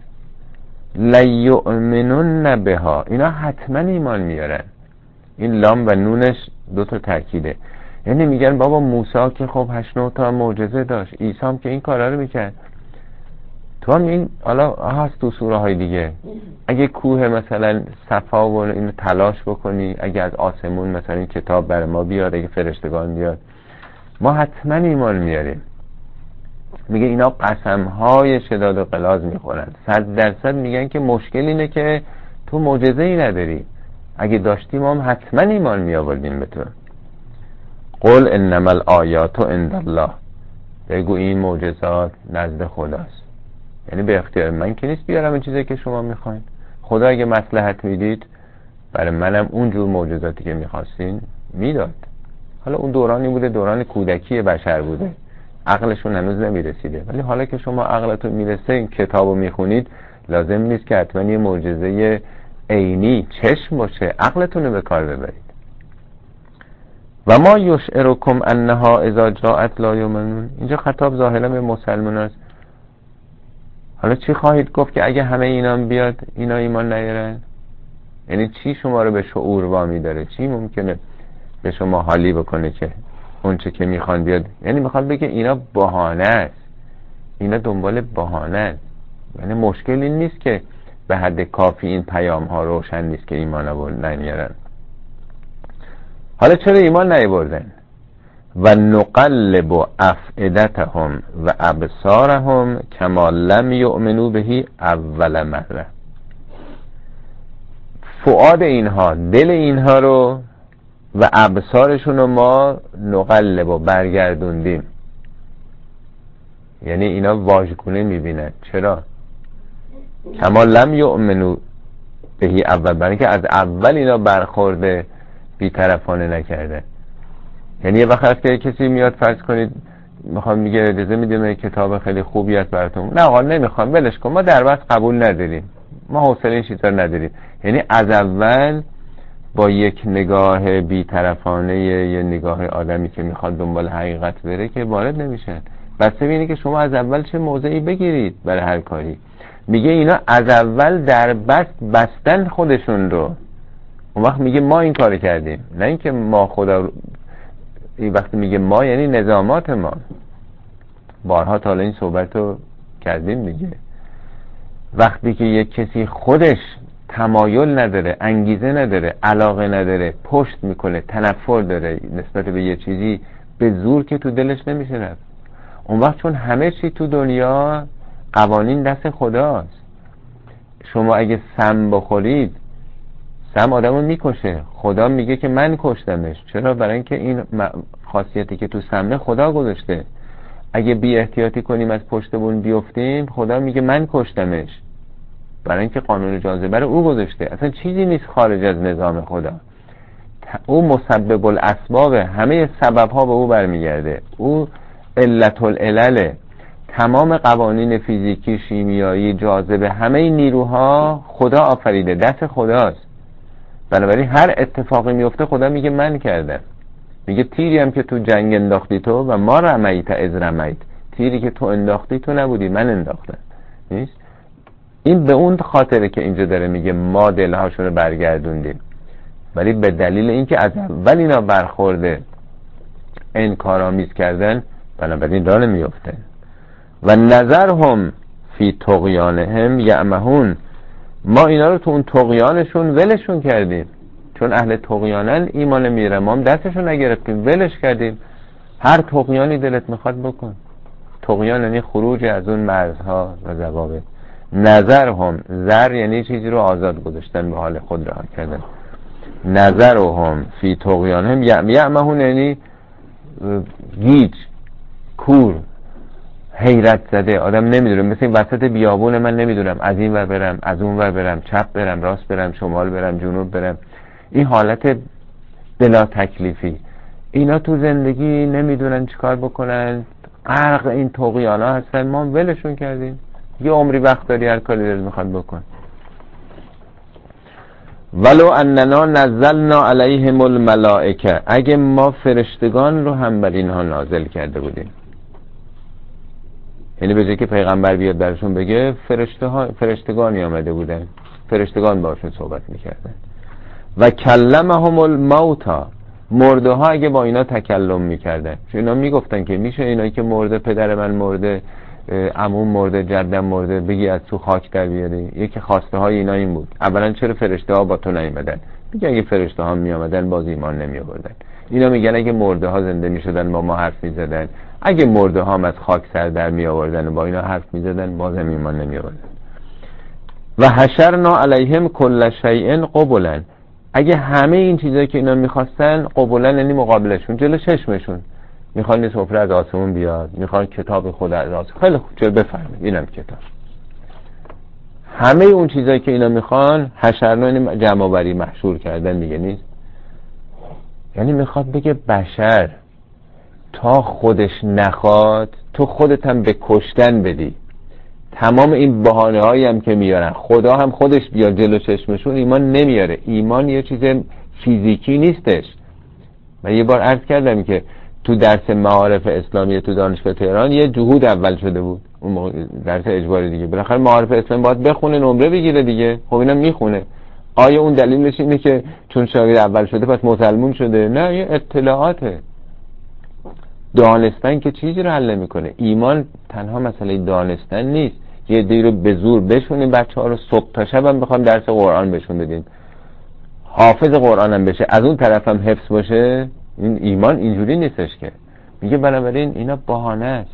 لیؤمنون بها، اینا حتما ایمان میارن. این لام و نونش دو تا تاکیده، یعنی میگن بابا موسی که خب هشت نه تا معجزه داشت، عیسی هم که این کارا رو میکرد، تو هم این حالا هست تو سوره های دیگه. اگه کوه مثلا صفا و اینو تلاش بکنی، اگه از آسمون مثلا این کتاب بر ما بیاد، اگه فرشتگان بیاد، ما حتما ایمان میاریم. میگه اینا قسم های شداد و غلاظ میخورن، صد درصد میگن که مشکل اینه که تو معجزه ای نداری، اگه داشتی ما هم حتما ایمان میآوردیم به تو. قل انما الآیات عند الله، بگو این معجزات نزد خداست، یعنی به اختیار من که نیست بیارم این چیزی که شما میخواین. خدا اگه مصلحت میدید برای منم اونجور معجزاتی که میخواستین میداد. حالا اون دورانی بوده، دوران کودکی بشر بوده، عقلشون هنوز نمیرسیده، ولی حالا که شما عقلتون میرسه، این کتابو میخونید، لازم نیست که حتما یه معجزه عینی چشم باشه، عقلتون رو به کار ببرید. و ما یشعرکم انها اذا جاءت لا یؤمنون، اینجا خطاب ظاهرا به مسلمان است. حالا چی خواهید گفت که اگه همه اینا بیاد اینا ایمان نیارن؟ یعنی چی شما رو به شعور وامی داره؟ چی ممکنه به شما حالی بکنه که اون چه که میخوان بیاد؟ یعنی میخواد بگه اینا بهانه است، اینا دنبال بهانه است. یعنی مشکلی نیست که به حد کافی این پیام ها روشن نیست که ایمان آورد نمیارن. حالا چرا ایمان نیاوردن؟ و نقلب افئدتهم و ابصارهم کما لم یؤمنوا به اول مره. فؤاد اینها، دل اینها رو و ابصارشون رو ما نقلب و برگردوندیم، یعنی اینا واژگونه میبینن. چرا؟ کما لم یؤمنوا به اول، برای که از اول اینا برخورده بی‌طرفانه نکرده. یعنی یه وقت هست که کسی میاد، فرض کنید میخوام میگه اجازه میدیم کتاب خیلی خوبی هست براتون، نه آقا نمیخوام، ولش کن، ما در وقت قبول نداریم، ما حوصله این چیزا نداریم. یعنی از اول با یک نگاه بی‌طرفانه، یه نگاه آدمی که میخواد دنبال حقیقت بره که وارد نمیشن. بس ببینید که شما از اول چه موضعی بگیرید برای هر کاری. میگه اینا از اول در بست بستن خودشون رو، اون وقت میگه ما این کار کردیم، نه اینکه ما خدا. این وقتی میگه ما یعنی نظامات ما. بارها تا این صحبت رو کردیم دیگه. وقتی که یک کسی خودش تمایل نداره، انگیزه نداره، علاقه نداره، پشت میکنه، تنفر داره نسبت به یه چیزی، به زور که تو دلش نمیشه رفت. اون وقت چون همه چی تو دنیا قوانین دست خداست. شما اگه سم بخورید، سم آدمو میکشه، خدا میگه که من کشتمش. چرا؟ برای اینکه این خاصیتی که تو سمه خدا گذاشته. اگه بی احتیاطی کنیم از پشت بون بیفتیم، خدا میگه من کشتمش، برای اینکه قانون جاذبه رو او گذاشته. اصلا چیزی نیست خارج از نظام خدا. او مسبب الاسباب، همه سبب ها به او برمیگرده. او علت العلل، تمام قوانین فیزیکی، شیمیایی، جاذبه، همه نیروها خدا آفریده، دست خداست. بنابراین هر اتفاقی میفته خدا میگه من کردم. میگه تیری هم که تو جنگ انداختی تو و ما رمیت از رمیت، تیری که تو انداختی تو نبودی، من انداختم. نیست این به اون خاطره که اینجا داره میگه ما دلهاشون رو برگردوندیم، ولی به دلیل اینکه از اول اینا برخورده انکارآمیز کردن، بنابراین راه نمیفته. و نظرهم فی طغیانهم یعمهون، ما اینا رو تو اون طغیانشون ولشون کردیم، چون اهل طغیانن ایمان میره، ما هم دستشون نگرفتیم ولش کردیم. هر طغیانی دلت میخواد بکن. طغیان یعنی خروج از اون مرزها و ضوابط. نظرهم، زر یعنی چیزی رو آزاد گذاشتن، به حال خود رها کردن. نظرهم فی طغیانهم یعمهون یعنی گیج، کور، حیرت زده، آدم نمیدونه، مثل این وسط بیابون من نمیدونم از این ور برم از اون ور برم، چپ برم راست برم شمال برم جنوب برم. این حالت بلا تکلیفی، اینا تو زندگی نمیدونن چیکار بکنن، غرق این طغیانا هستن، ما ولشون کردیم. یه عمری وقت داری هر کاری دلت میخواد بکن. ولو اننا نزلنا علیهم الملائکه، اگه ما فرشتگان رو هم بر اینها نازل کرده بودیم، یعنی به جای که پیغمبر بیاد برشون بگه، فرشته ها فرشتگانی آمده بودن، فرشتگان باشون صحبت میکردن. و کلمهم الموتا، مرده ها اگه با اینا تکلم میکردن، چون اینا میگفتن که میشه اینایی که مرده، پدر من مرده، عموم مرده، جدم مرده، بگی از تو خاک در بیاری. یکی خواسته های اینا این بود، اولا چرا فرشته ها با تو نیومدن؟ میگه اگه فرشته ها میامدن باز ایمان نمی آوردن. اینا میگن اگه مرده ها زنده میشدن با ما حرف میزدن، اگه مرده ها از خاک سر در می آوردن و با اینا حرف میزدن باز هم ایمان نمی آوردن. و حشرنا علیهم کل شیء قبلا، اگه همه این چیزایی که اینا میخواستن، قبلا یعنی مقابلشون، جلو چشمشون، میخوان یه سفره از آسمون بیاد، میخوان کتاب خدا از آسمون، خیلی خوب چرا بفرمایید اینم کتاب. همه اون چیزایی که اینا میخوان، حشرنا یعنی جمع آوری، محشور کردن دیگه نیست. یعنی میخواد بگه بشر تا خودش نخواد تو خودت هم به کشتن بدی. تمام این بهانه هایی هم که میارن، خدا هم خودش بیاد جلو چشمشون، ایمان نمیاره. ایمان یه چیز فیزیکی نیستش. من یه بار عرض کردم که تو درس معارف اسلامی تو دانشگاه تهران یه جهود اول شده بود، اون درس اجباری دیگه، بالاخره معارف اسلام باید بخونه نمره بگیره دیگه. خب اینم میخونه. آیا اون دلیلش اینه که چون شاگرد اول شده پس مسلمون شده؟ نه، یه اطلاعاته. دانستن که چیزی رو حل میکنه. ایمان تنها مسئله دانستن نیست. یه دی رو به زور بشونیم بچه ها رو صبح تا شب هم بخوام درس قرآن بشون بدیم، حافظ قرآن هم بشه، از اون طرف هم حفظ باشه، این ایمان اینجوری نیستش که. میگه بنابراین اینا بهانه است.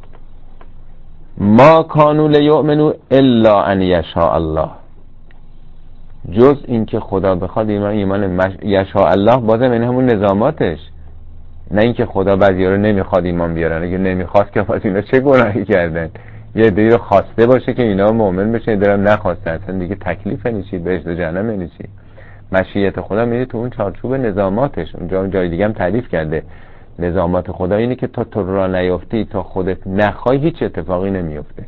ما کانوا لیؤمنوا الا ان یشاء الله، جز این که خدا بخواد. ایمان ایمان مش... یشاء الله بازم این همون نظاماتش، نه اینکه خدا بعضی رو نمیخواد ایمان بیارن. اگه نمیخواست که پس اینا چه گناهی کردن؟ یه دی رو خواسته باشه که اینا مؤمن بشن، درم نخواسته، اصلا دیگه تکلیف نیچی، بهشت و جهنم نیچی. مشیت خدا میره تو اون چارچوب نظاماتش. اونجا جای دیگه هم تعریف کرده نظامات خدا اینه که تا تو را نیافتی، تا خودت نخوای، هیچ اتفاقی نمیفته.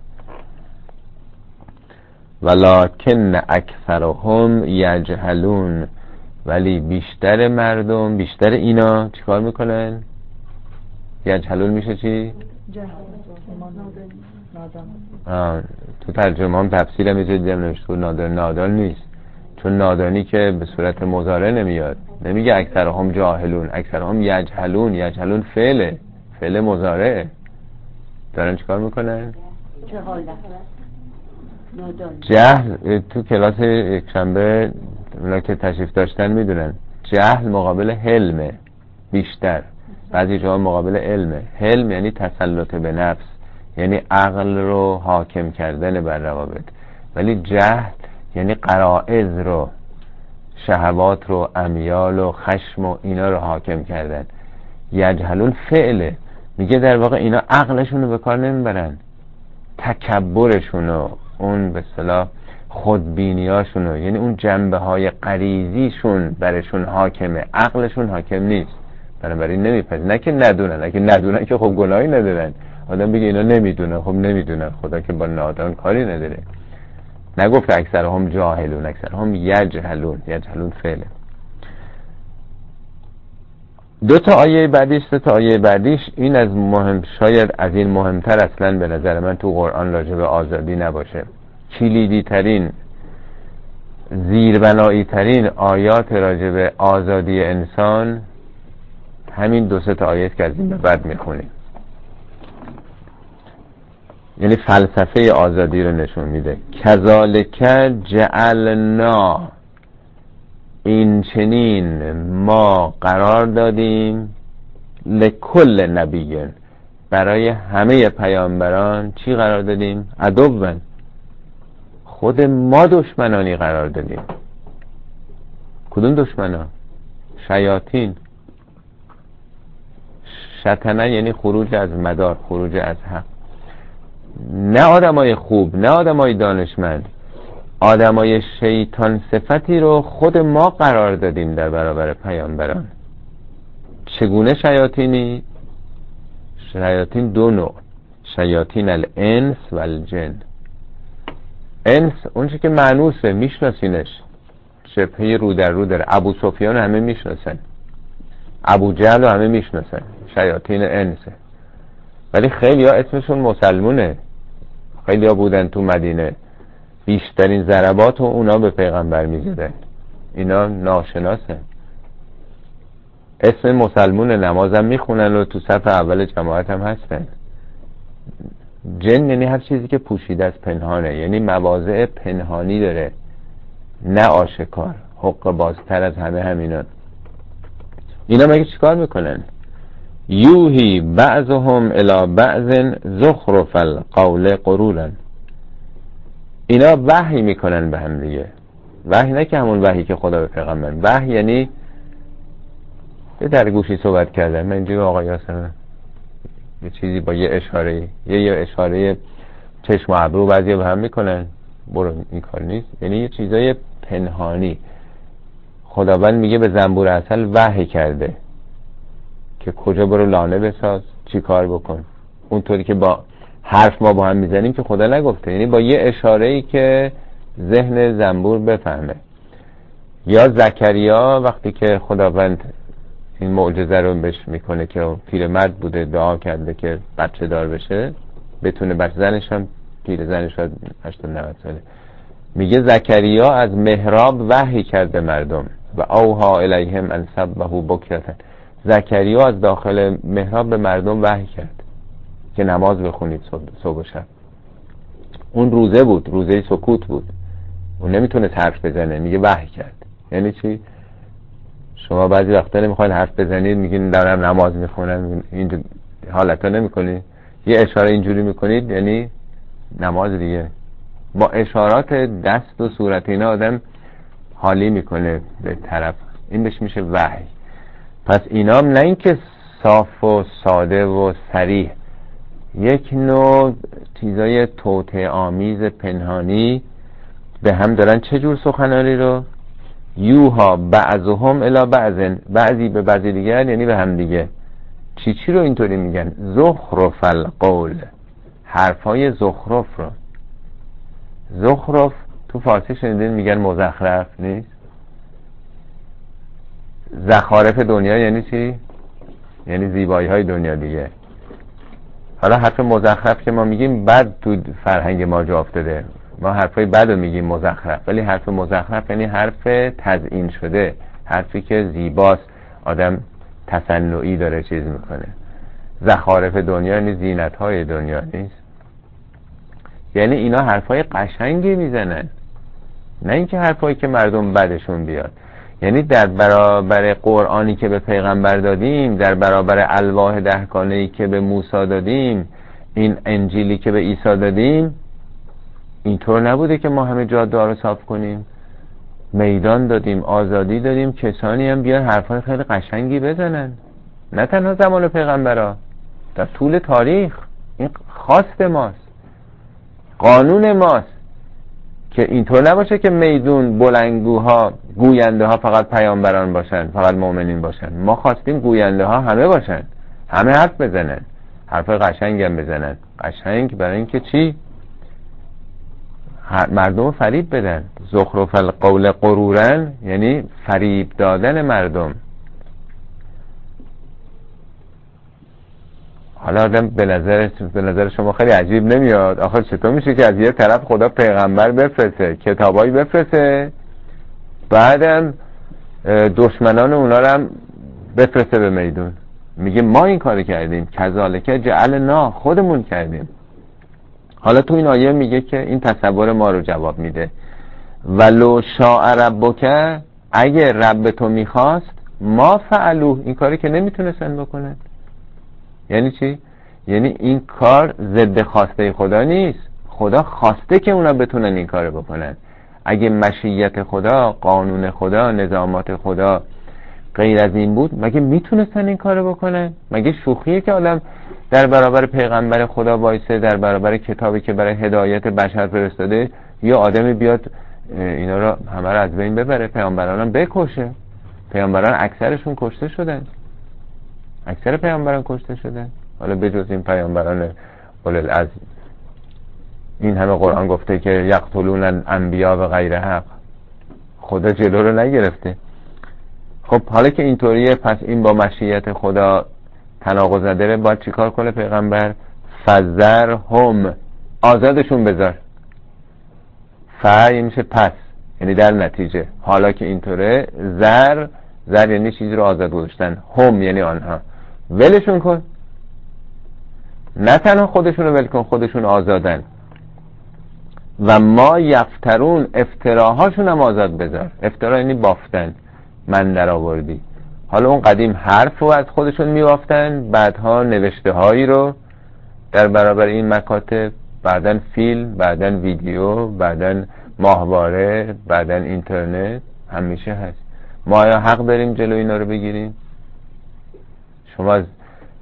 ولکن اکثرهم یجهلون، ولی بیشتر مردم، بیشتر اینا چیکار میکنن؟ یجهلون میشه چی؟ آه. تو ترجمه هم تفسیر هم یه دیدم نوشته نادان. نادان نیست، چون نادانی که به صورت مضارع نمیاد، نمیگه اکثرهم جاهلون، اکثرهم یجهلون. یجهلون فعله، فعل مضارعه. دارن چیکار میکنن؟ جهل. تو کلاس یک شنبه اونا که تشریف داشتن میدونن جهل مقابل حلمه، بیشتر بعضی جاها مقابل علمه. حلم یعنی تسلط به نفس، یعنی عقل رو حاکم کردن بر روابط، ولی جهل یعنی غرایز رو، شهوات رو، امیال و خشم و اینا رو حاکم کردن. یجهلون فعله، میگه در واقع اینا عقلشون رو به کار نمیبرن، تکبرشون و اون به اصطلاح خودبینیاشون رو، یعنی اون جنبه های غریزیشون برشون حاکمه، عقلشون حاکم نیست. بنابراین نمیپذیرن. نه که ندونن، اگه ندونن که خب گناهی ندارن. آدم بگه اینا نمیدونن، خب نمیدونن، خدا که با نادان کاری نداره. نگفت اکثرهم جاهلون، اکثرهم یجهلون. یجهلون فعله. دو تا آیه بعدیش سه تا آیه بعدیش این از مهم، شاید از این مهمتر اصلا به نظر من تو قرآن راجع به آزادی نباشه. کلیدی ترین، زیربنایی ترین آیات راجع به آزادی انسان همین دو سه تا آیه که از این به بعد میخونیم. یعنی فلسفه آزادی رو نشون میده. کذالک جعلنا، این چنین ما قرار دادیم، لکل نبی، برای همه پیامبران چی قرار دادیم؟ عدوًا، خود ما دشمنانی قرار دادیم. کدوم دشمنا؟ شیاطین. شطنه یعنی خروج از مدار، خروج از حق. نه آدمای خوب، نه آدمای دانشمند، آدمای شیطان صفتی رو خود ما قرار دادیم در برابر پیامبران. چگونه شیاطینی؟ شیاطین دو نوع، شیاطین الانس و الجن. انس اون چی که مانوسه، میشناسینش، شبهه رو در رو داره. ابو سفیان همه میشناسن، ابو جهل همه میشناسن، شیاطین انسه. ولی خیلی ها اسمشون مسلمونه، خیلی ها بودن تو مدینه، بیشترین ضربات رو اونا به پیغمبر میزدن، اینا ناشناسن، اسم مسلمونه، نمازم میخونن و تو صف اول جماعت هم هستن. جن یعنی هر چیزی که پوشیده از پنهانه، یعنی مواضع پنهانی داره، نه آشکار، حق بازتر از همه همینان. اینا مگه چیکار میکنن؟ یوهی بعضهم الی بعض زخرف القول غرورا. اینا وحی میکنن به هم دیگه. وحی نه که همون وحی که خدا به پیغمبر، وحی یعنی یه در گوشی صحبت کردن، من اینجوری آقا یاسر یه چیزی با یه اشاره، یه یه اشاره چشم و ابرو بعضی به هم میکنن، برو این کار نیست. یعنی یه چیزای پنهانی. خداوند میگه به زنبور عسل وحی کرده که کجا برو لانه بساز، چی کار بکن. اونطوری که با حرف ما با هم میزنیم که خدا نگفته، یعنی با یه اشاره‌ای که ذهن زنبور بفهمه. یا زکریا وقتی که خداوند این معجزه رو بهش میکنه که پیرمرد بوده، دعا کرده که بچه دار بشه، بتونه بچه، زنش هم پیر، زنش شاید هشتاد نود ساله، میگه زکریا از محراب وحی کرده مردم و اوها الیهم ان سبحوا بکرة. زکریا از داخل محراب به مردم وحی کرد که نماز بخونید صبح و شب. اون روزه بود، روزه سکوت بود، اون نمیتونه حرف بزنه، میگه وحی کرد. یعنی چی؟ شما بعضی وقتا نمیخواید حرف بزنید، میگین دارم نماز میخونم، این حالتا نمیکنید، یه اشاره اینجوری میکنید یعنی نماز دیگه. با اشارات دست و صورت اینا آدم حالی میکنه به طرف، این بهش میشه وحی. پس اینا نه اینکه صاف و ساده و صریح، یک نوع چیزای توطئه آمیز پنهانی به هم دارن. چه جور سخنانی رو؟ یوها بعضهم الی بعض، بعضی به بعضی دیگر، یعنی به هم دیگه. چی چی رو اینطوری میگن؟ زخرف القول، حرفای زخرف رو. زخرف تو فارسی شنیدین میگن مزخرف نیست؟ زخارف دنیا یعنی چی؟ یعنی زیبایی های دنیا دیگه. حالا حرف مزخرف که ما میگیم بد تو فرهنگ ما جا افتاده، ما حرفای بد رو میگیم مزخرف، ولی حرف مزخرف یعنی حرف تزیین شده، حرفی که زیباست، آدم تصنعی داره چیز میکنه. زخارف دنیا یعنی زینت های دنیا نیست؟ یعنی اینا حرفای قشنگی میزنن، نه اینکه حرفایی که مردم بدشون بیاد. یعنی در برابر قرآنی که به پیغمبر دادیم، در برابر الواح دهگانه‌ای که به موسی دادیم، این انجیلی که به عیسی دادیم، اینطور نبوده که ما همه جاده ها رو صاف کنیم. میدان دادیم، آزادی دادیم، کسانی هم بیان حرفای خیلی قشنگی بزنن. نه تنها زمان پیغمبرها، در طول تاریخ این خواست ماست، قانون ماست که اینطور نباشه که میدون بلندگوها، گوینده ها فقط پیامبران باشن، فقط مؤمنین باشن. ما خواستیم گوینده ها همه باشن، همه حرف بزنن، حرف قشنگ هم بزنن. قشنگ برای اینکه چی؟ مردم فریب بدن. زخرف القول غرورا یعنی فریب دادن مردم. حالا آدم به نظر به نظر شما خیلی عجیب نمیاد؟ آخه چطور میشه که از یه طرف خدا پیغمبر بفرسته، کتابایی بفرسته، بعدم دشمنان اونا رو هم بفرسته به میدون؟ میگه ما این کار کردیم، کذالک جعلنا، خودمون کردیم. حالا تو این آیه میگه که این تصور ما رو جواب میده، ولو شاء ربک، اگه رب تو میخواست، ما فعلوه، این کاری که نمیتونستن بکنن. یعنی چی؟ یعنی این کار ضد خواسته خدا نیست، خدا خواسته که اونا بتونن این کار بکنن. اگه مشیت خدا، قانون خدا، نظامات خدا غیر از این بود، مگه میتونستن این کار بکنن؟ مگه شوخیه که آدم در برابر پیغمبر خدا وایسه، در برابر کتابی که برای هدایت بشر فرستاده، یا آدمی بیاد اینا رو همه رو از بین ببره، پیامبران هم بکشه؟ پیامبران اکثرشون کشته شدن، اکثر پیامبران کشته شدن. حالا بجز این پیامبران اولو العزم، این همه قرآن گفته که یقتلون الانبیا به غیر حق، خدا جلو رو نگرفته. خب حالا که اینطوریه، پس این با مشیت خدا تناقض نداره، باید چیکار کنه پیغمبر؟ فذرهم، آزادشون بذار. ف میشه پس، یعنی در نتیجه، حالا که اینطوره، زر زر یعنی چیزی رو آزاد گذاشتن، هم یعنی آنها، ولشون کن. نه تنها خودشون رو ول کن، خودشون آزادن، و ما یفترون، افتراهاشون هم آزاد بذار. افترا یعنی بافتن، من در آوردی. حالا اون قدیم حرف رو از خودشون میوافتن، بعدها نوشته هایی رو در برابر این مکاتب، بعدن فیلم، بعدن ویدیو، بعدن ماهواره، بعدن اینترنت، همیشه هست. ما آیا حق داریم جلو اینا رو بگیریم؟ شما از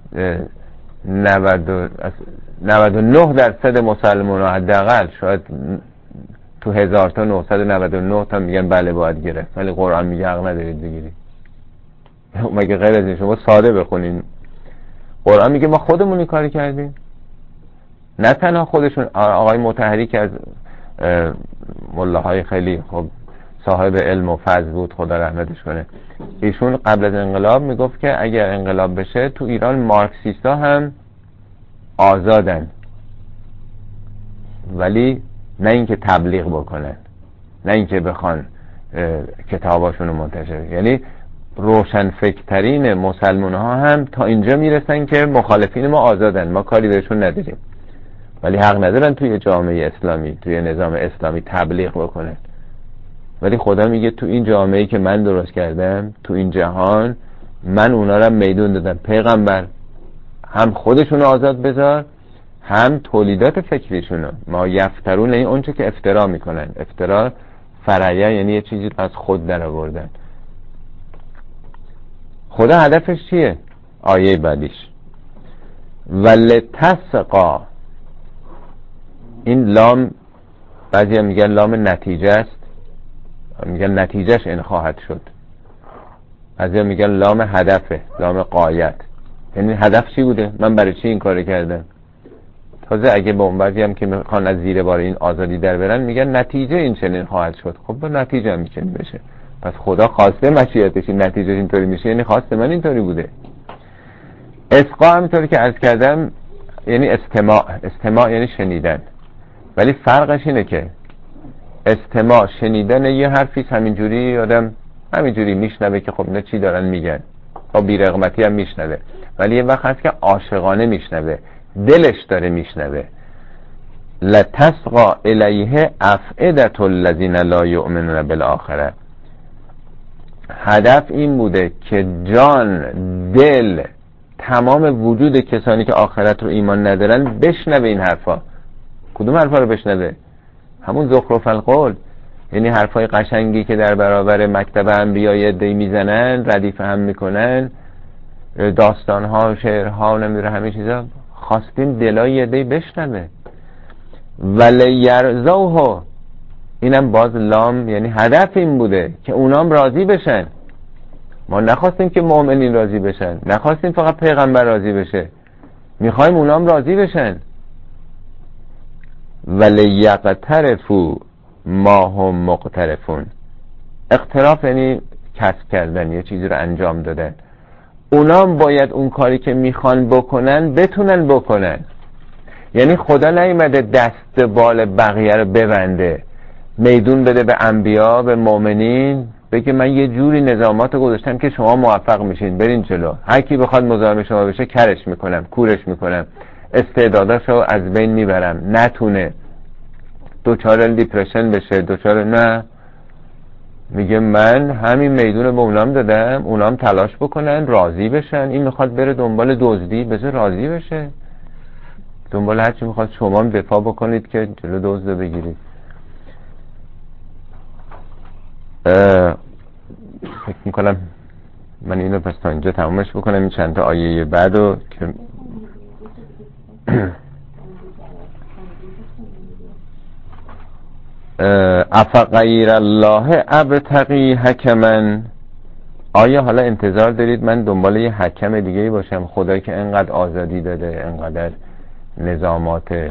نود و نه درصد مسلمان ها حداقل، شاید تو هزار تا نهصد و نود و نه تا میگن بله باید گرفت، ولی قرآن میگه حق ندارید بگیرید. مگه غیر از این شما ساده بخونین، قرآن میگه ما خودمون این کاری کردیم. نه تنها خودشون، آقای مطهری که از ملاهای خیلی خب صاحب علم و فضل بود، خدا رحمتش کنه، ایشون قبل از انقلاب میگفت که اگر انقلاب بشه تو ایران مارکسیستا هم آزادن، ولی نه اینکه تبلیغ بکنن، نه اینکه بخوان کتاباشون رو منتشر. یعنی روشنفکرترین مسلمان ها هم تا اینجا میرسن که مخالفین ما آزادن، ما کاری بهشون نداریم، ولی حق ندارن توی جامعه اسلامی، توی نظام اسلامی تبلیغ بکنن. ولی خدا میگه تو این جامعه‌ای که من درست کردم، تو این جهان، من اونا رو میدون دادم. پیغمبر هم خودشون آزاد بذار، هم تولیدات فکریشون. ما یفترون این اونچه که افترا میکنن. افترا فرعیه یعنی یه چیزی از خود در آوردن. خدا هدفش چیه؟ آیه بعدیش ولتسقا، این لام بعضی هم میگن لام نتیجه است، میگن نتیجهش این خواهد شد. بعضی هم میگن لام هدفه، لام غایت. یعنی هدف چی بوده؟ من برای چی این کار کردم؟ تازه اگه به اون بعضی هم که میخوان از زیر بار این آزادی در برن، میگن نتیجه این چنین خواهد شد. خب با نتیجه هم میچنین بشه. پس خدا خواسته مشیتش این نتیجه اینطوری میشه، یعنی خواسته من اینطوری بوده. اسقا همینطوری که عرض کردم یعنی استماع. استماع یعنی شنیدن، ولی فرقش اینه که استماع شنیدن یه حرفی همینجوری آدم همینجوری میشنوه که خب نه چی دارن میگن، با بیرغبتی هم میشنوه، ولی یه وقت هست که عاشقانه میشنوه، دلش داره میشنوه. لتسقا الیه افئدة الذین لا یؤمنون بالآخرة. هدف این بوده که جان، دل، تمام وجود کسانی که آخرت رو ایمان ندارن بشنوه این حرفا. کدوم حرفا رو بشنوه؟ همون زخرف القول، یعنی حرفای قشنگی که در برابر مکتب انبیا یه عده‌ای میزنن، ردیف هم میکنن، داستانها، شعرها، نمیدونه همه چیزا. خواستیم دلای یه عده‌ای بشنوه. ولی یرزوه، اینم باز لام یعنی هدف این بوده که اونام راضی بشن. ما نخواستیم که مؤمنین راضی بشن، نخواستیم فقط پیغمبر راضی بشه، میخوایم اونام راضی بشن. ولی یقترفوا ما هم مقترفون. اقتراف یعنی کسب کردن، یه چیزی رو انجام دادن. اونا باید اون کاری که میخوان بکنن بتونن بکنن. یعنی خدا نیومده دست بال بقیه رو ببنده، میدون بده به انبیا، به مؤمنین، بگه من یه جوری نظامات گذاشتم که شما موفق میشین، برین جلو، هر کی بخواد مزاحم شما بشه کرش میکنم، کورش میکنم، استعداداشو از بین میبرم، نتونه دوچار دیپرشن بشه، دوچار، نه، میگه من همین میدون به اونام دادم، اونام تلاش بکنن راضی بشن، این میخواد بره دنبال دزدی، بذار راضی بشه، دنبال هرچی میخواد، شما هم دفاع بکنید که جلو دزد بگیرید. فکر میکنم من اینو پس تا اینجا تمامش بکنم، این چند تا آیه بعدو که افغیر الله ابتغی حکما، آیا حالا انتظار دارید من دنبال یه حکم دیگه باشم؟ خدایی که انقدر آزادی داده، انقدر نظامات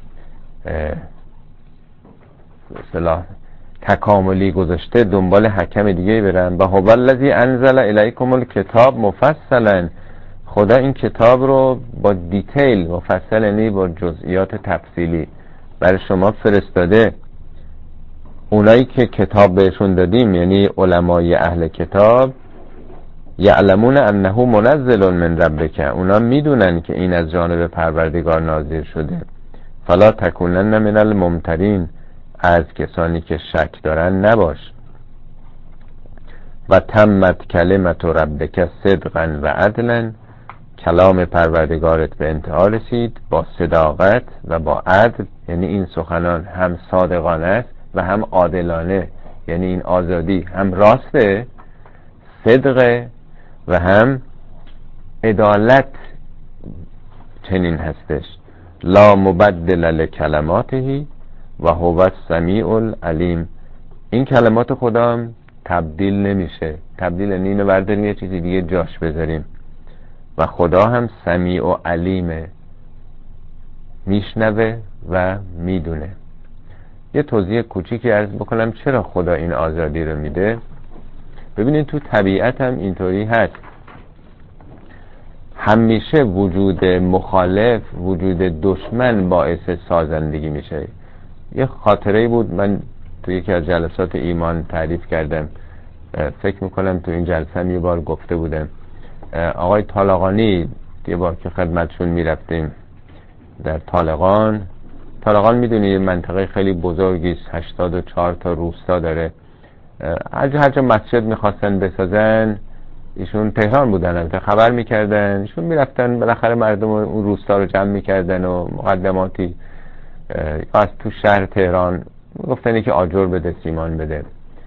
اصطلاح تکاملی گذاشته، دنبال حکم دیگه برم؟ و هو الذی انزل الیکم الکتاب مفصلا، خدا این کتاب رو با دیتیل مفصل، یعنی با جزئیات تفصیلی برای شما فرستاده. اونایی که کتاب بهشون دادیم، یعنی علمای اهل کتاب، یعلمون انه منزل من ربک، اونا میدونن که این از جانب پروردگار نازل شده. فلا تکونن من الممترین، از کسانی که شک دارن نباش. و تمت کلمت ربک صدقا و عدلا، کلام پروردگارت به انتها رسید با صداقت و با عدل، یعنی این سخنان هم صادقانه است و هم عادلانه، یعنی این آزادی هم راسته، صدقه، و هم عدالت چنین هستش. لا مبدل لکلماته و هو السمیع العلیم، این کلمات خدا هم تبدیل نمیشه. تبدیل یعنی اینو برداریم یه چیزی دیگه جاش بذاریم. و خدا هم سمیع و علیمه، میشنوه و میدونه. یه توضیح کوچیکی عرض بکنم چرا خدا این آزادی رو میده. ببینید تو طبیعت هم اینطوری هست، همیشه وجود مخالف، وجود دشمن باعث سازندگی میشه. یه خاطره بود من تو یکی از جلسات ایمان تعریف کردم، فکر میکنم تو این جلسه هم یه بار گفته بودم. آقای طالقانی یه بار که خدمتشون میرفتیم در طالقان، طالقان میدونی یه منطقه خیلی بزرگی است، هشتاد و چهار تا روستا داره. هر جا هر جا مسجد میخواستن بسازن، ایشون تهران بودن، البته خبر میکردن، ایشون میرفتن بالاخره مردم اون روستا رو جمع میکردن و مقدماتی از تو شهر تهران گفتن که آجر بده، سیمان بده.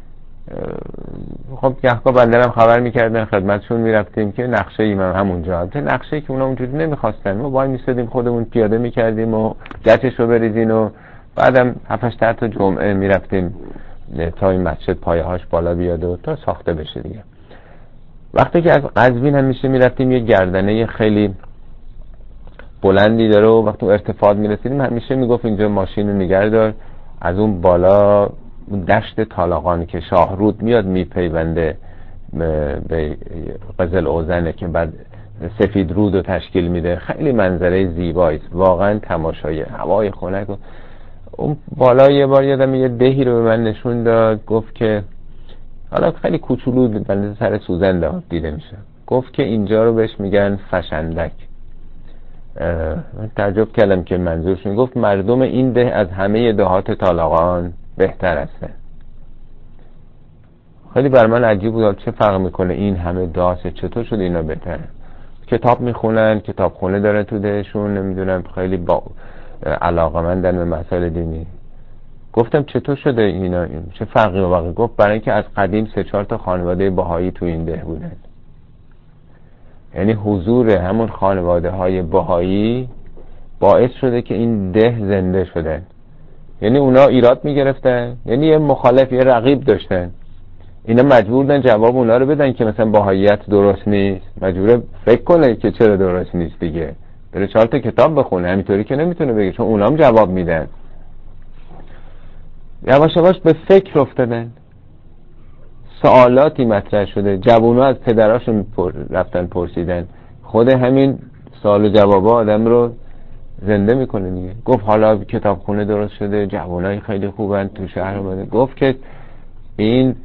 خب گهگاه بندرم خبر میکردن، خدمتشون میرفتیم که نقشه ایم هم همونجا، البته نقشه که اونا اونجوری نمیخواستن، ما باید میستدیم خودمون پیاده میکردیم و گچش رو بریزین و بعدم هفتش تا جمعه میرفتیم تا این مسجد پایه هاش بالا بیاد و تا ساخته بشه دیگه. وقتی که از قزوین هم میشه میرفتیم، یه گردنه خیلی بلندی داره و وقتی ارتفاعات میرسیدیم همیشه میگفت اینجا ماشین رو نگه دار، از اون بالا دشت طالقان که شاهرود میاد میپیونده به قزل اوزنه که بعد سفید رود رو تشکیل میده، خیلی منظره زیبایی است واقعا، تماشای هوای خنک. اون بالا یه بار یادم یه دهی رو به من نشون داد، گفت که حالا خیلی کوچولو بنده سر سوزنده دیده میشه، گفت که اینجا رو بهش میگن فشندک. من تعجب کردم که منظورش، میگفت مردم این ده از همه دهات طالقان بهتر هستن. خیلی بر من عجیب بود، چه فرق میکنه این همه داسه، چطور شد اینا بهتره؟ کتاب میخونن، کتاب خونه داره تو دهشون، نمیدونم خیلی با علاقه‌مندن به مسائل دینی. گفتم چطور شده اینا، این چه فرقی واقعا؟ گفت برای اینکه از قدیم سه چهار تا خانواده بهایی تو این ده بودن، یعنی حضور همون خانواده های بهایی باعث شده که این ده زنده شدن. یعنی اونا ایراد میگرفتن، یعنی یه مخالف، یه رقیب داشتن، اینا مجبور بودن جواب اونا رو بدن که مثلا بهاییت درست نیست، مجبوره فکر کنه که چرا درست نیست دیگه، بره چهار تا کتاب بخونه، همینطوری که نمیتونه بگه، چون اونا هم جواب میدن. یواش یواش به فکر افتادن، سوالاتی مطرح شده، جوونا از پدراشون پر رفتن پرسیدن، خود همین سوال و جوابا آدم رو زنده میکنه دیگه. گفت حالا کتابخونه درست شده، جوانای خیلی خوبن تو شهر اومده. گفت که این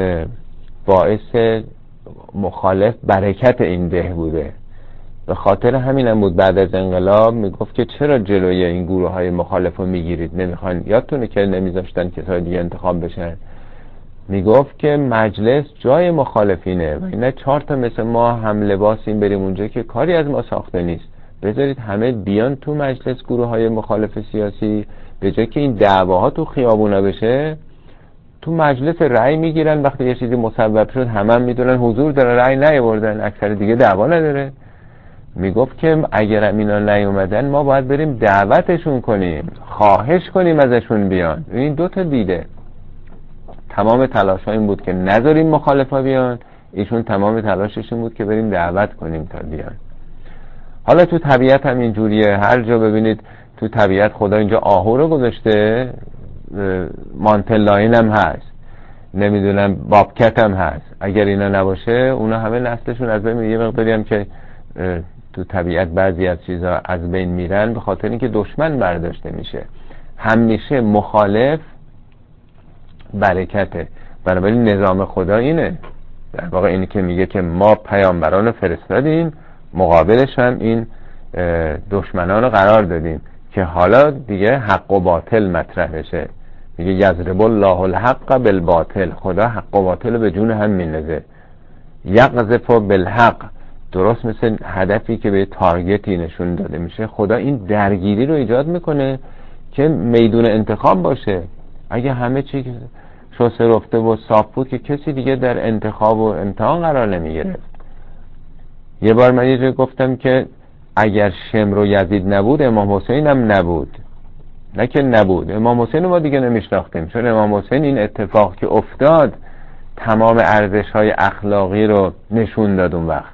باعث مخالف برکت این ده بوده. به خاطر همین هم بود بعد از انقلاب میگفت که چرا جلوی این گروه های مخالف رو میگیرید، نمیخوان، یادتونه که نمیذاشتن کسای دیگه انتخاب بشن. میگفت که مجلس جای مخالفینه و اینا چهار تا مثل ما هم لباسیم بریم اونجا که کاری از ما ساخته نیست، بذارید همه بیان تو مجلس، گروه های مخالف سیاسی، به جای که این دعواها تو خیابونا بشه، تو مجلس رأی میگیرن. وقتی یه چیزی مصوب شد همه هم میدونن حضور داره، رأی نیاوردن، اکثر دیگه دعوا نداره. میگفت که اگر اینا نیومدن ما باید بریم دعوتشون کنیم، خواهش کنیم ازشون بیان. این دو تا دیده. تمام تلاش ها این بود که نذاریم مخالفا بیان، ایشون تمام تلاشش این بود که بریم دعوت کنیم تا بیان. حالا تو طبیعت هم اینجوریه، هر جا ببینید تو طبیعت خدا اینجا آهو رو گذاشته، مانتل لاین هم هست، نمیدونم بابکت هم هست. اگر اینا نباشه اونا همه نسلشون از بین میره. یه مقداری هم که تو طبیعت بعضی از چیزا از بین میرن به خاطر اینکه دشمن برداشته میشه. همیشه مخالف برکته. بنابراین نظام خدا اینه، در واقع اینی که میگه که ما پیامبران فرستادیم، مقابلش هم این دشمنان رو قرار دادیم که حالا دیگه حق و باطل مطرح بشه. میگه یضرب الله الحق بالباطل، خدا حق و باطل به جون هم میندازه. یقذف بالحق، درست مثل هدفی که به تارگتی نشون داده میشه، خدا این درگیری رو ایجاد میکنه که میدون انتخاب باشه. اگه همه چی شسته رفته و صاف بود که کسی دیگه در انتخاب و امتحان قرار نمیگرفت. یه بار من یه جای گفتم که اگر شمر و یزید نبود امام حسین هم نبود. نه که نبود، امام حسین رو ما دیگه نمیشناختیم، چون امام حسین این اتفاق که افتاد تمام ارزش های اخلاقی رو نشون داد. اون وقت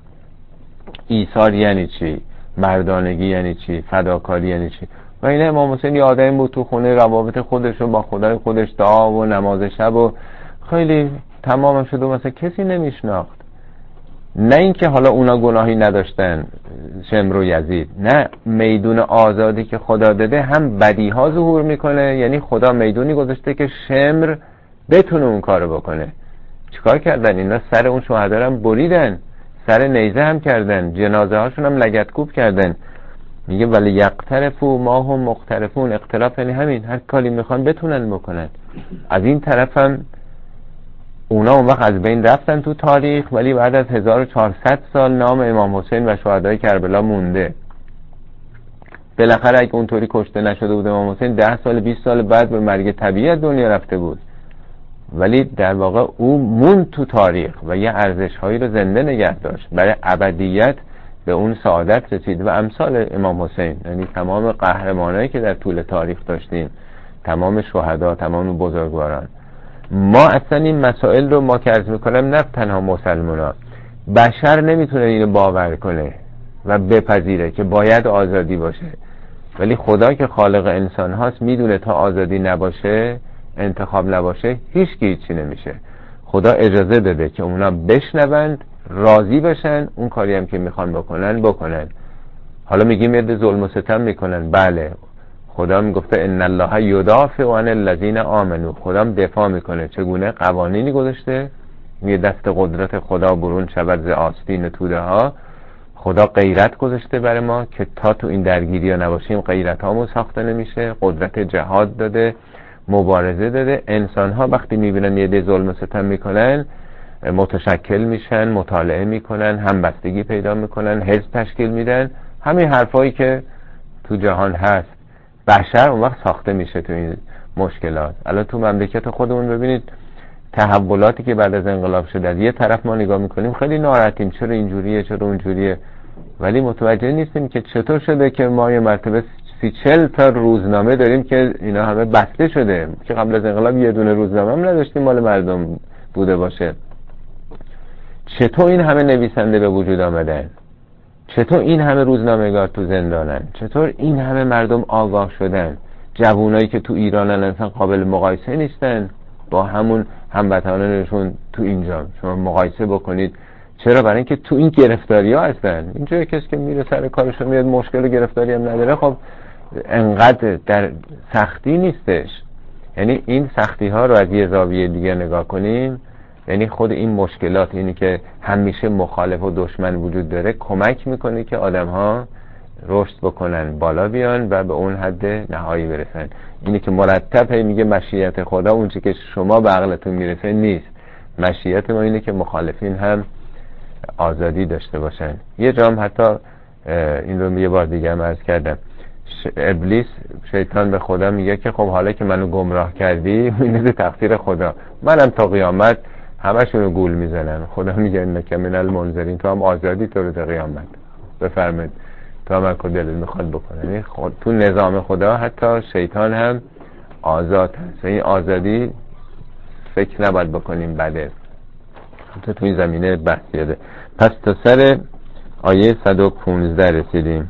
ایثار یعنی چی، مردانگی یعنی چی، فداکاری یعنی چی. و این امام حسین یه آدمی بود تو خونه روابط خودش رو با خدای خودش دعا و نماز شب و خیلی تمام شد و مثلا کسی نمیشناخت. نه اینکه حالا اونا گناهی نداشتن شمر و یزید، نه، میدون آزادی که خدا داده هم بدیها ظهور میکنه. یعنی خدا میدونی گذاشته که شمر بتونه اون کارو بکنه. چیکار کردن اینا؟ سر اون شهدا هم بریدن، سر نیزه هم کردن، جنازه هاشون هم لگدکوب کردن. میگه ولی یقترفوا ما هم مقترفون، اختلاف یعنی همین، هر کاری میخوان بتونن بکنن. از این طرف هم اونا اون وقت از بین رفتن تو تاریخ، ولی بعد از هزار و چهارصد سال نام امام حسین و شهدای کربلا مونده. بالاخره اگه اونطوری کشته نشده بود امام حسین، ده سال بیست سال بعد به مرگ طبیعی از دنیا رفته بود، ولی در واقع او موند تو تاریخ و یه ارزش هایی رو زنده نگه داشت، برای ابدیت به اون سعادت رسید. و امثال امام حسین، یعنی تمام قهرمانایی که در طول تاریخ داشتیم، تمام شهدا، تمام بزرگواران. ما اصلا این مسائل رو ما که عرض میکنم، نه تنها مسلمان، بشر نمیتونه اینو باور کنه و بپذیره که باید آزادی باشه. ولی خدا که خالق انسان هاست میدونه تا آزادی نباشه، انتخاب نباشه، هیچ کی هیچی نمیشه. خدا اجازه داده که اونا بشنوند، راضی بشن، اون کاری هم که میخوان بکنن بکنن. حالا میگیم یه ظلم و ستم میکنن، بله، خدا میگفته ان الله یدافع عن الذین آمنوا، خدا هم دفاع میکنه. چگونه؟ قوانینی گذاشته، یه دست قدرت خدا برون شود ز آستین و توده ها. خدا غیرت گذاشته برای ما که تا تو این درگیری ها نباشیم غیرت هامون ساخته نمیشه. قدرت جهاد داده، مبارزه داده. انسان ها وقتی میبینن یه ده ظلم و ستم میکنن، متشکل میشن، مطالعه میکنن، همبستگی پیدا میکنن، حزب تشکیل میدن. همین حرفایی که تو جهان هست، بشر اون وقت ساخته میشه تو این مشکلات. الان تو مملکت خودمون ببینید تحولاتی که بعد از انقلاب شده، از یه طرف ما نگاه میکنیم خیلی ناراحتیم، چرا اینجوریه چرا اونجوریه، ولی متوجه نیستیم که چطور شده که ما یه مرتبه سی چل تا روزنامه داریم که اینا همه بسته شده، که قبل از انقلاب یه دونه روزنامه هم نداشتیم مال مردم بوده باشه. چطور این همه نویسنده به وجود آمدن؟ چطور این همه روزنامه‌نگار تو زندانن؟ چطور این همه مردم آگاه شدن؟ جوانایی که تو ایرانن اصلا قابل مقایسه نیستن. با همون هموطنانشون تو اینجا. شما مقایسه بکنید. چرا؟ برای اینکه تو این گرفتاری ها هستن. اینجا کسی که میره سر کارش میاد مشکل و گرفتاری هم نداره، خب انقدر در سختی نیستش. یعنی این سختی ها رو از یه زاویه دیگه نگاه کنیم، یعنی خود این مشکلات، اینی که همیشه مخالف و دشمن وجود داره، کمک میکنه که آدم ها رشد بکنن، بالا بیان و به اون حد نهایی برسن. اینی که مرتب میگه مشیت خدا اون چیزی که شما به عقلتون میرسه نیست. مشیت ما اینه که مخالفین هم آزادی داشته باشن. یه جام حتی این رو یه بار دیگه هم عرض کردم، ابلیس شیطان به خدا میگه که خب حالا که منو گمراه کردی میشه تقصیر خدا، منم تا قیامت همشونو گول میزنن. خدا میگه انک من المنذرین، تو هم آزادی تو رو تا قیامت، بفرمایید تو هم که دلت میخواد بکنه. یعنی خود تو نظام خدا حتی شیطان هم آزاد هست. این آزادی فکر نباید بکنیم بده. تو تو این زمینه بحث یاده. پس تا سر آیه صد و پانزده رسیدیم.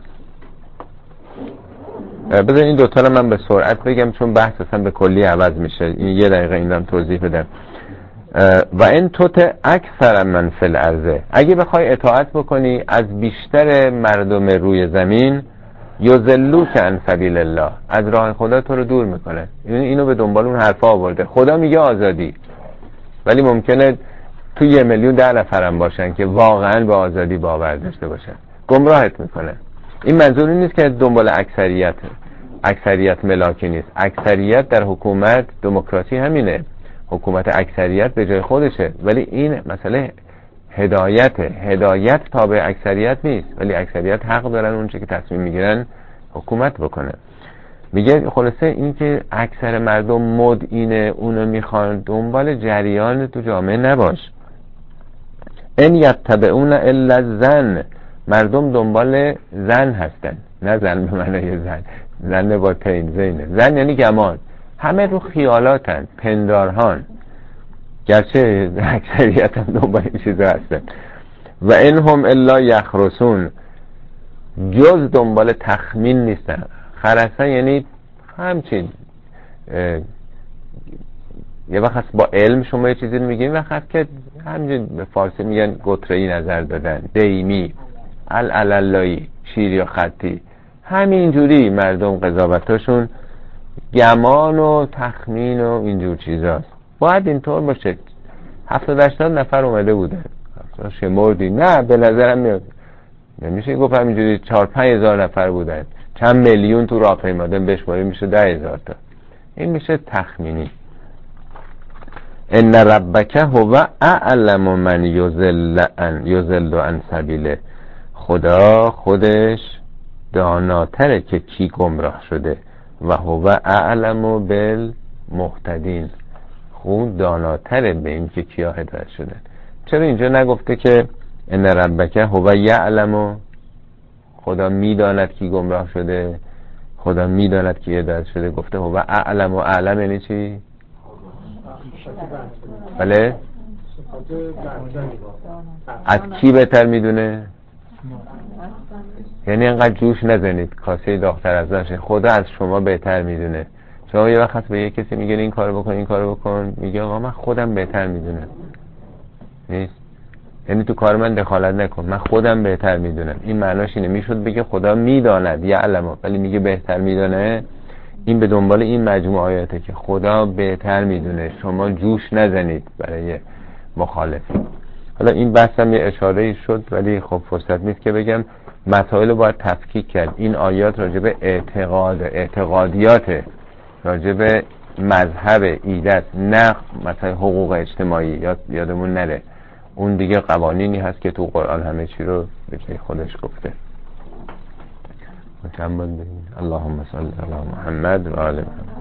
بذار این دوتا رو من به سرعت بگم چون بحث اصلا به کلی عوض میشه. این یه دقیقه اینا توضیح بدم. و این توت اکثر من فی الارض، اگه بخوای اطاعت بکنی از بیشتر مردم روی زمین، یضلوک عن سبیل الله، از راه خدا تو رو دور میکنه. اینو به دنبال اون حرفا آورده. خدا میگه آزادی، ولی ممکنه تو یه میلیون ده نفرم باشن که واقعا به آزادی باور داشته باشن، گمراهت میکنه. این منظوری نیست که دنبال اکثریت اکثریت ملاکی نیست. اکثریت در حکومت دموکراسی همینه، حکومت اکثریت به جای خودشه، ولی این مسئله هدایت هدایت تابع اکثریت نیست، ولی اکثریت حق دارن اون چه که تصمیم میگیرن حکومت بکنه. میگه خلاصه این که اکثر مردم مد اینه اونو میخوان، دنبال جریان تو جامعه نباش. ان یتبعون الا الظن، مردم دنبال زن هستن، نه زن به معنای زن، زن با تین زینه، زن یعنی گمان، همه رو خیالاتن، پندارهان، گرچه اکثریت هم دنبال این چیزا هستن. و انهم الا یخرسون، جز دنبال تخمین نیستن. خرسن یعنی همچین یه وقت با علم شما یه چیزی میگین، وقت که همچین به فارسی میگن گتره‌ای نظر دادن، دیمی، الاللایی، شیر یا خطی، همینجوری مردم قضاوتاشون گمان و تخمین و اینجور چیزاست. باید اینطور باشه. هفتاد هشتاد نفر اومده بودن، شمردی؟ نه به نظرم میاد نمیشه گفت همینجوری. چهار پنج هزار نفر بودن، چند میلیون تو راهپیمادن بشماری میشه ده هزار تا. این میشه تخمینی. ان ربک هو اعلم من یضل عن یضل عن سبیله، خدا خودش داناتره که کی گمراه شده. و هو اعلم بالمهتدین، خود داناتره به این که کیا هدایت شدن. چرا اینجا نگفته که ان ربک هو یعلم، خدا میداند کی گمراه شده، خدا میداند کی هدایت شده؟ گفته هو اعلم. و اعلم یعنی چی؟ بله، از کی بهتر میدونه؟ یعنی انقدر جوش نزنید کاسه داغ‌تر از آشه. خدا از شما بهتر میدونه. شما یه وقت به یه کسی میگه این کارو بکن این کارو بکن، میگه آقا من خودم بهتر میدونم. نیست، یعنی تو کار من دخالت نکن، من خودم بهتر میدونم. این معناش اینه. میشد بگه خدا میداند یعلم، ولی میگه بهتر میدونه. این به دنبال این مجموعه آیاته که خدا بهتر میدونه، شما جوش نزنید برای مخالفی. حالا این بحثم یه اشاره‌ای شد، ولی خب فرصت نیست که بگم. مسائل رو باید تفکیک کرد. این آیات راجب اعتقاد اعتقادیات، راجب مذهب ایدت، نه مثلا حقوق اجتماعی. یاد یادمون نره اون دیگه قوانینی هست که تو قرآن همه چی رو به جای خودش گفته. متعمد بگیم اللهم صل علی محمد و آل محمد.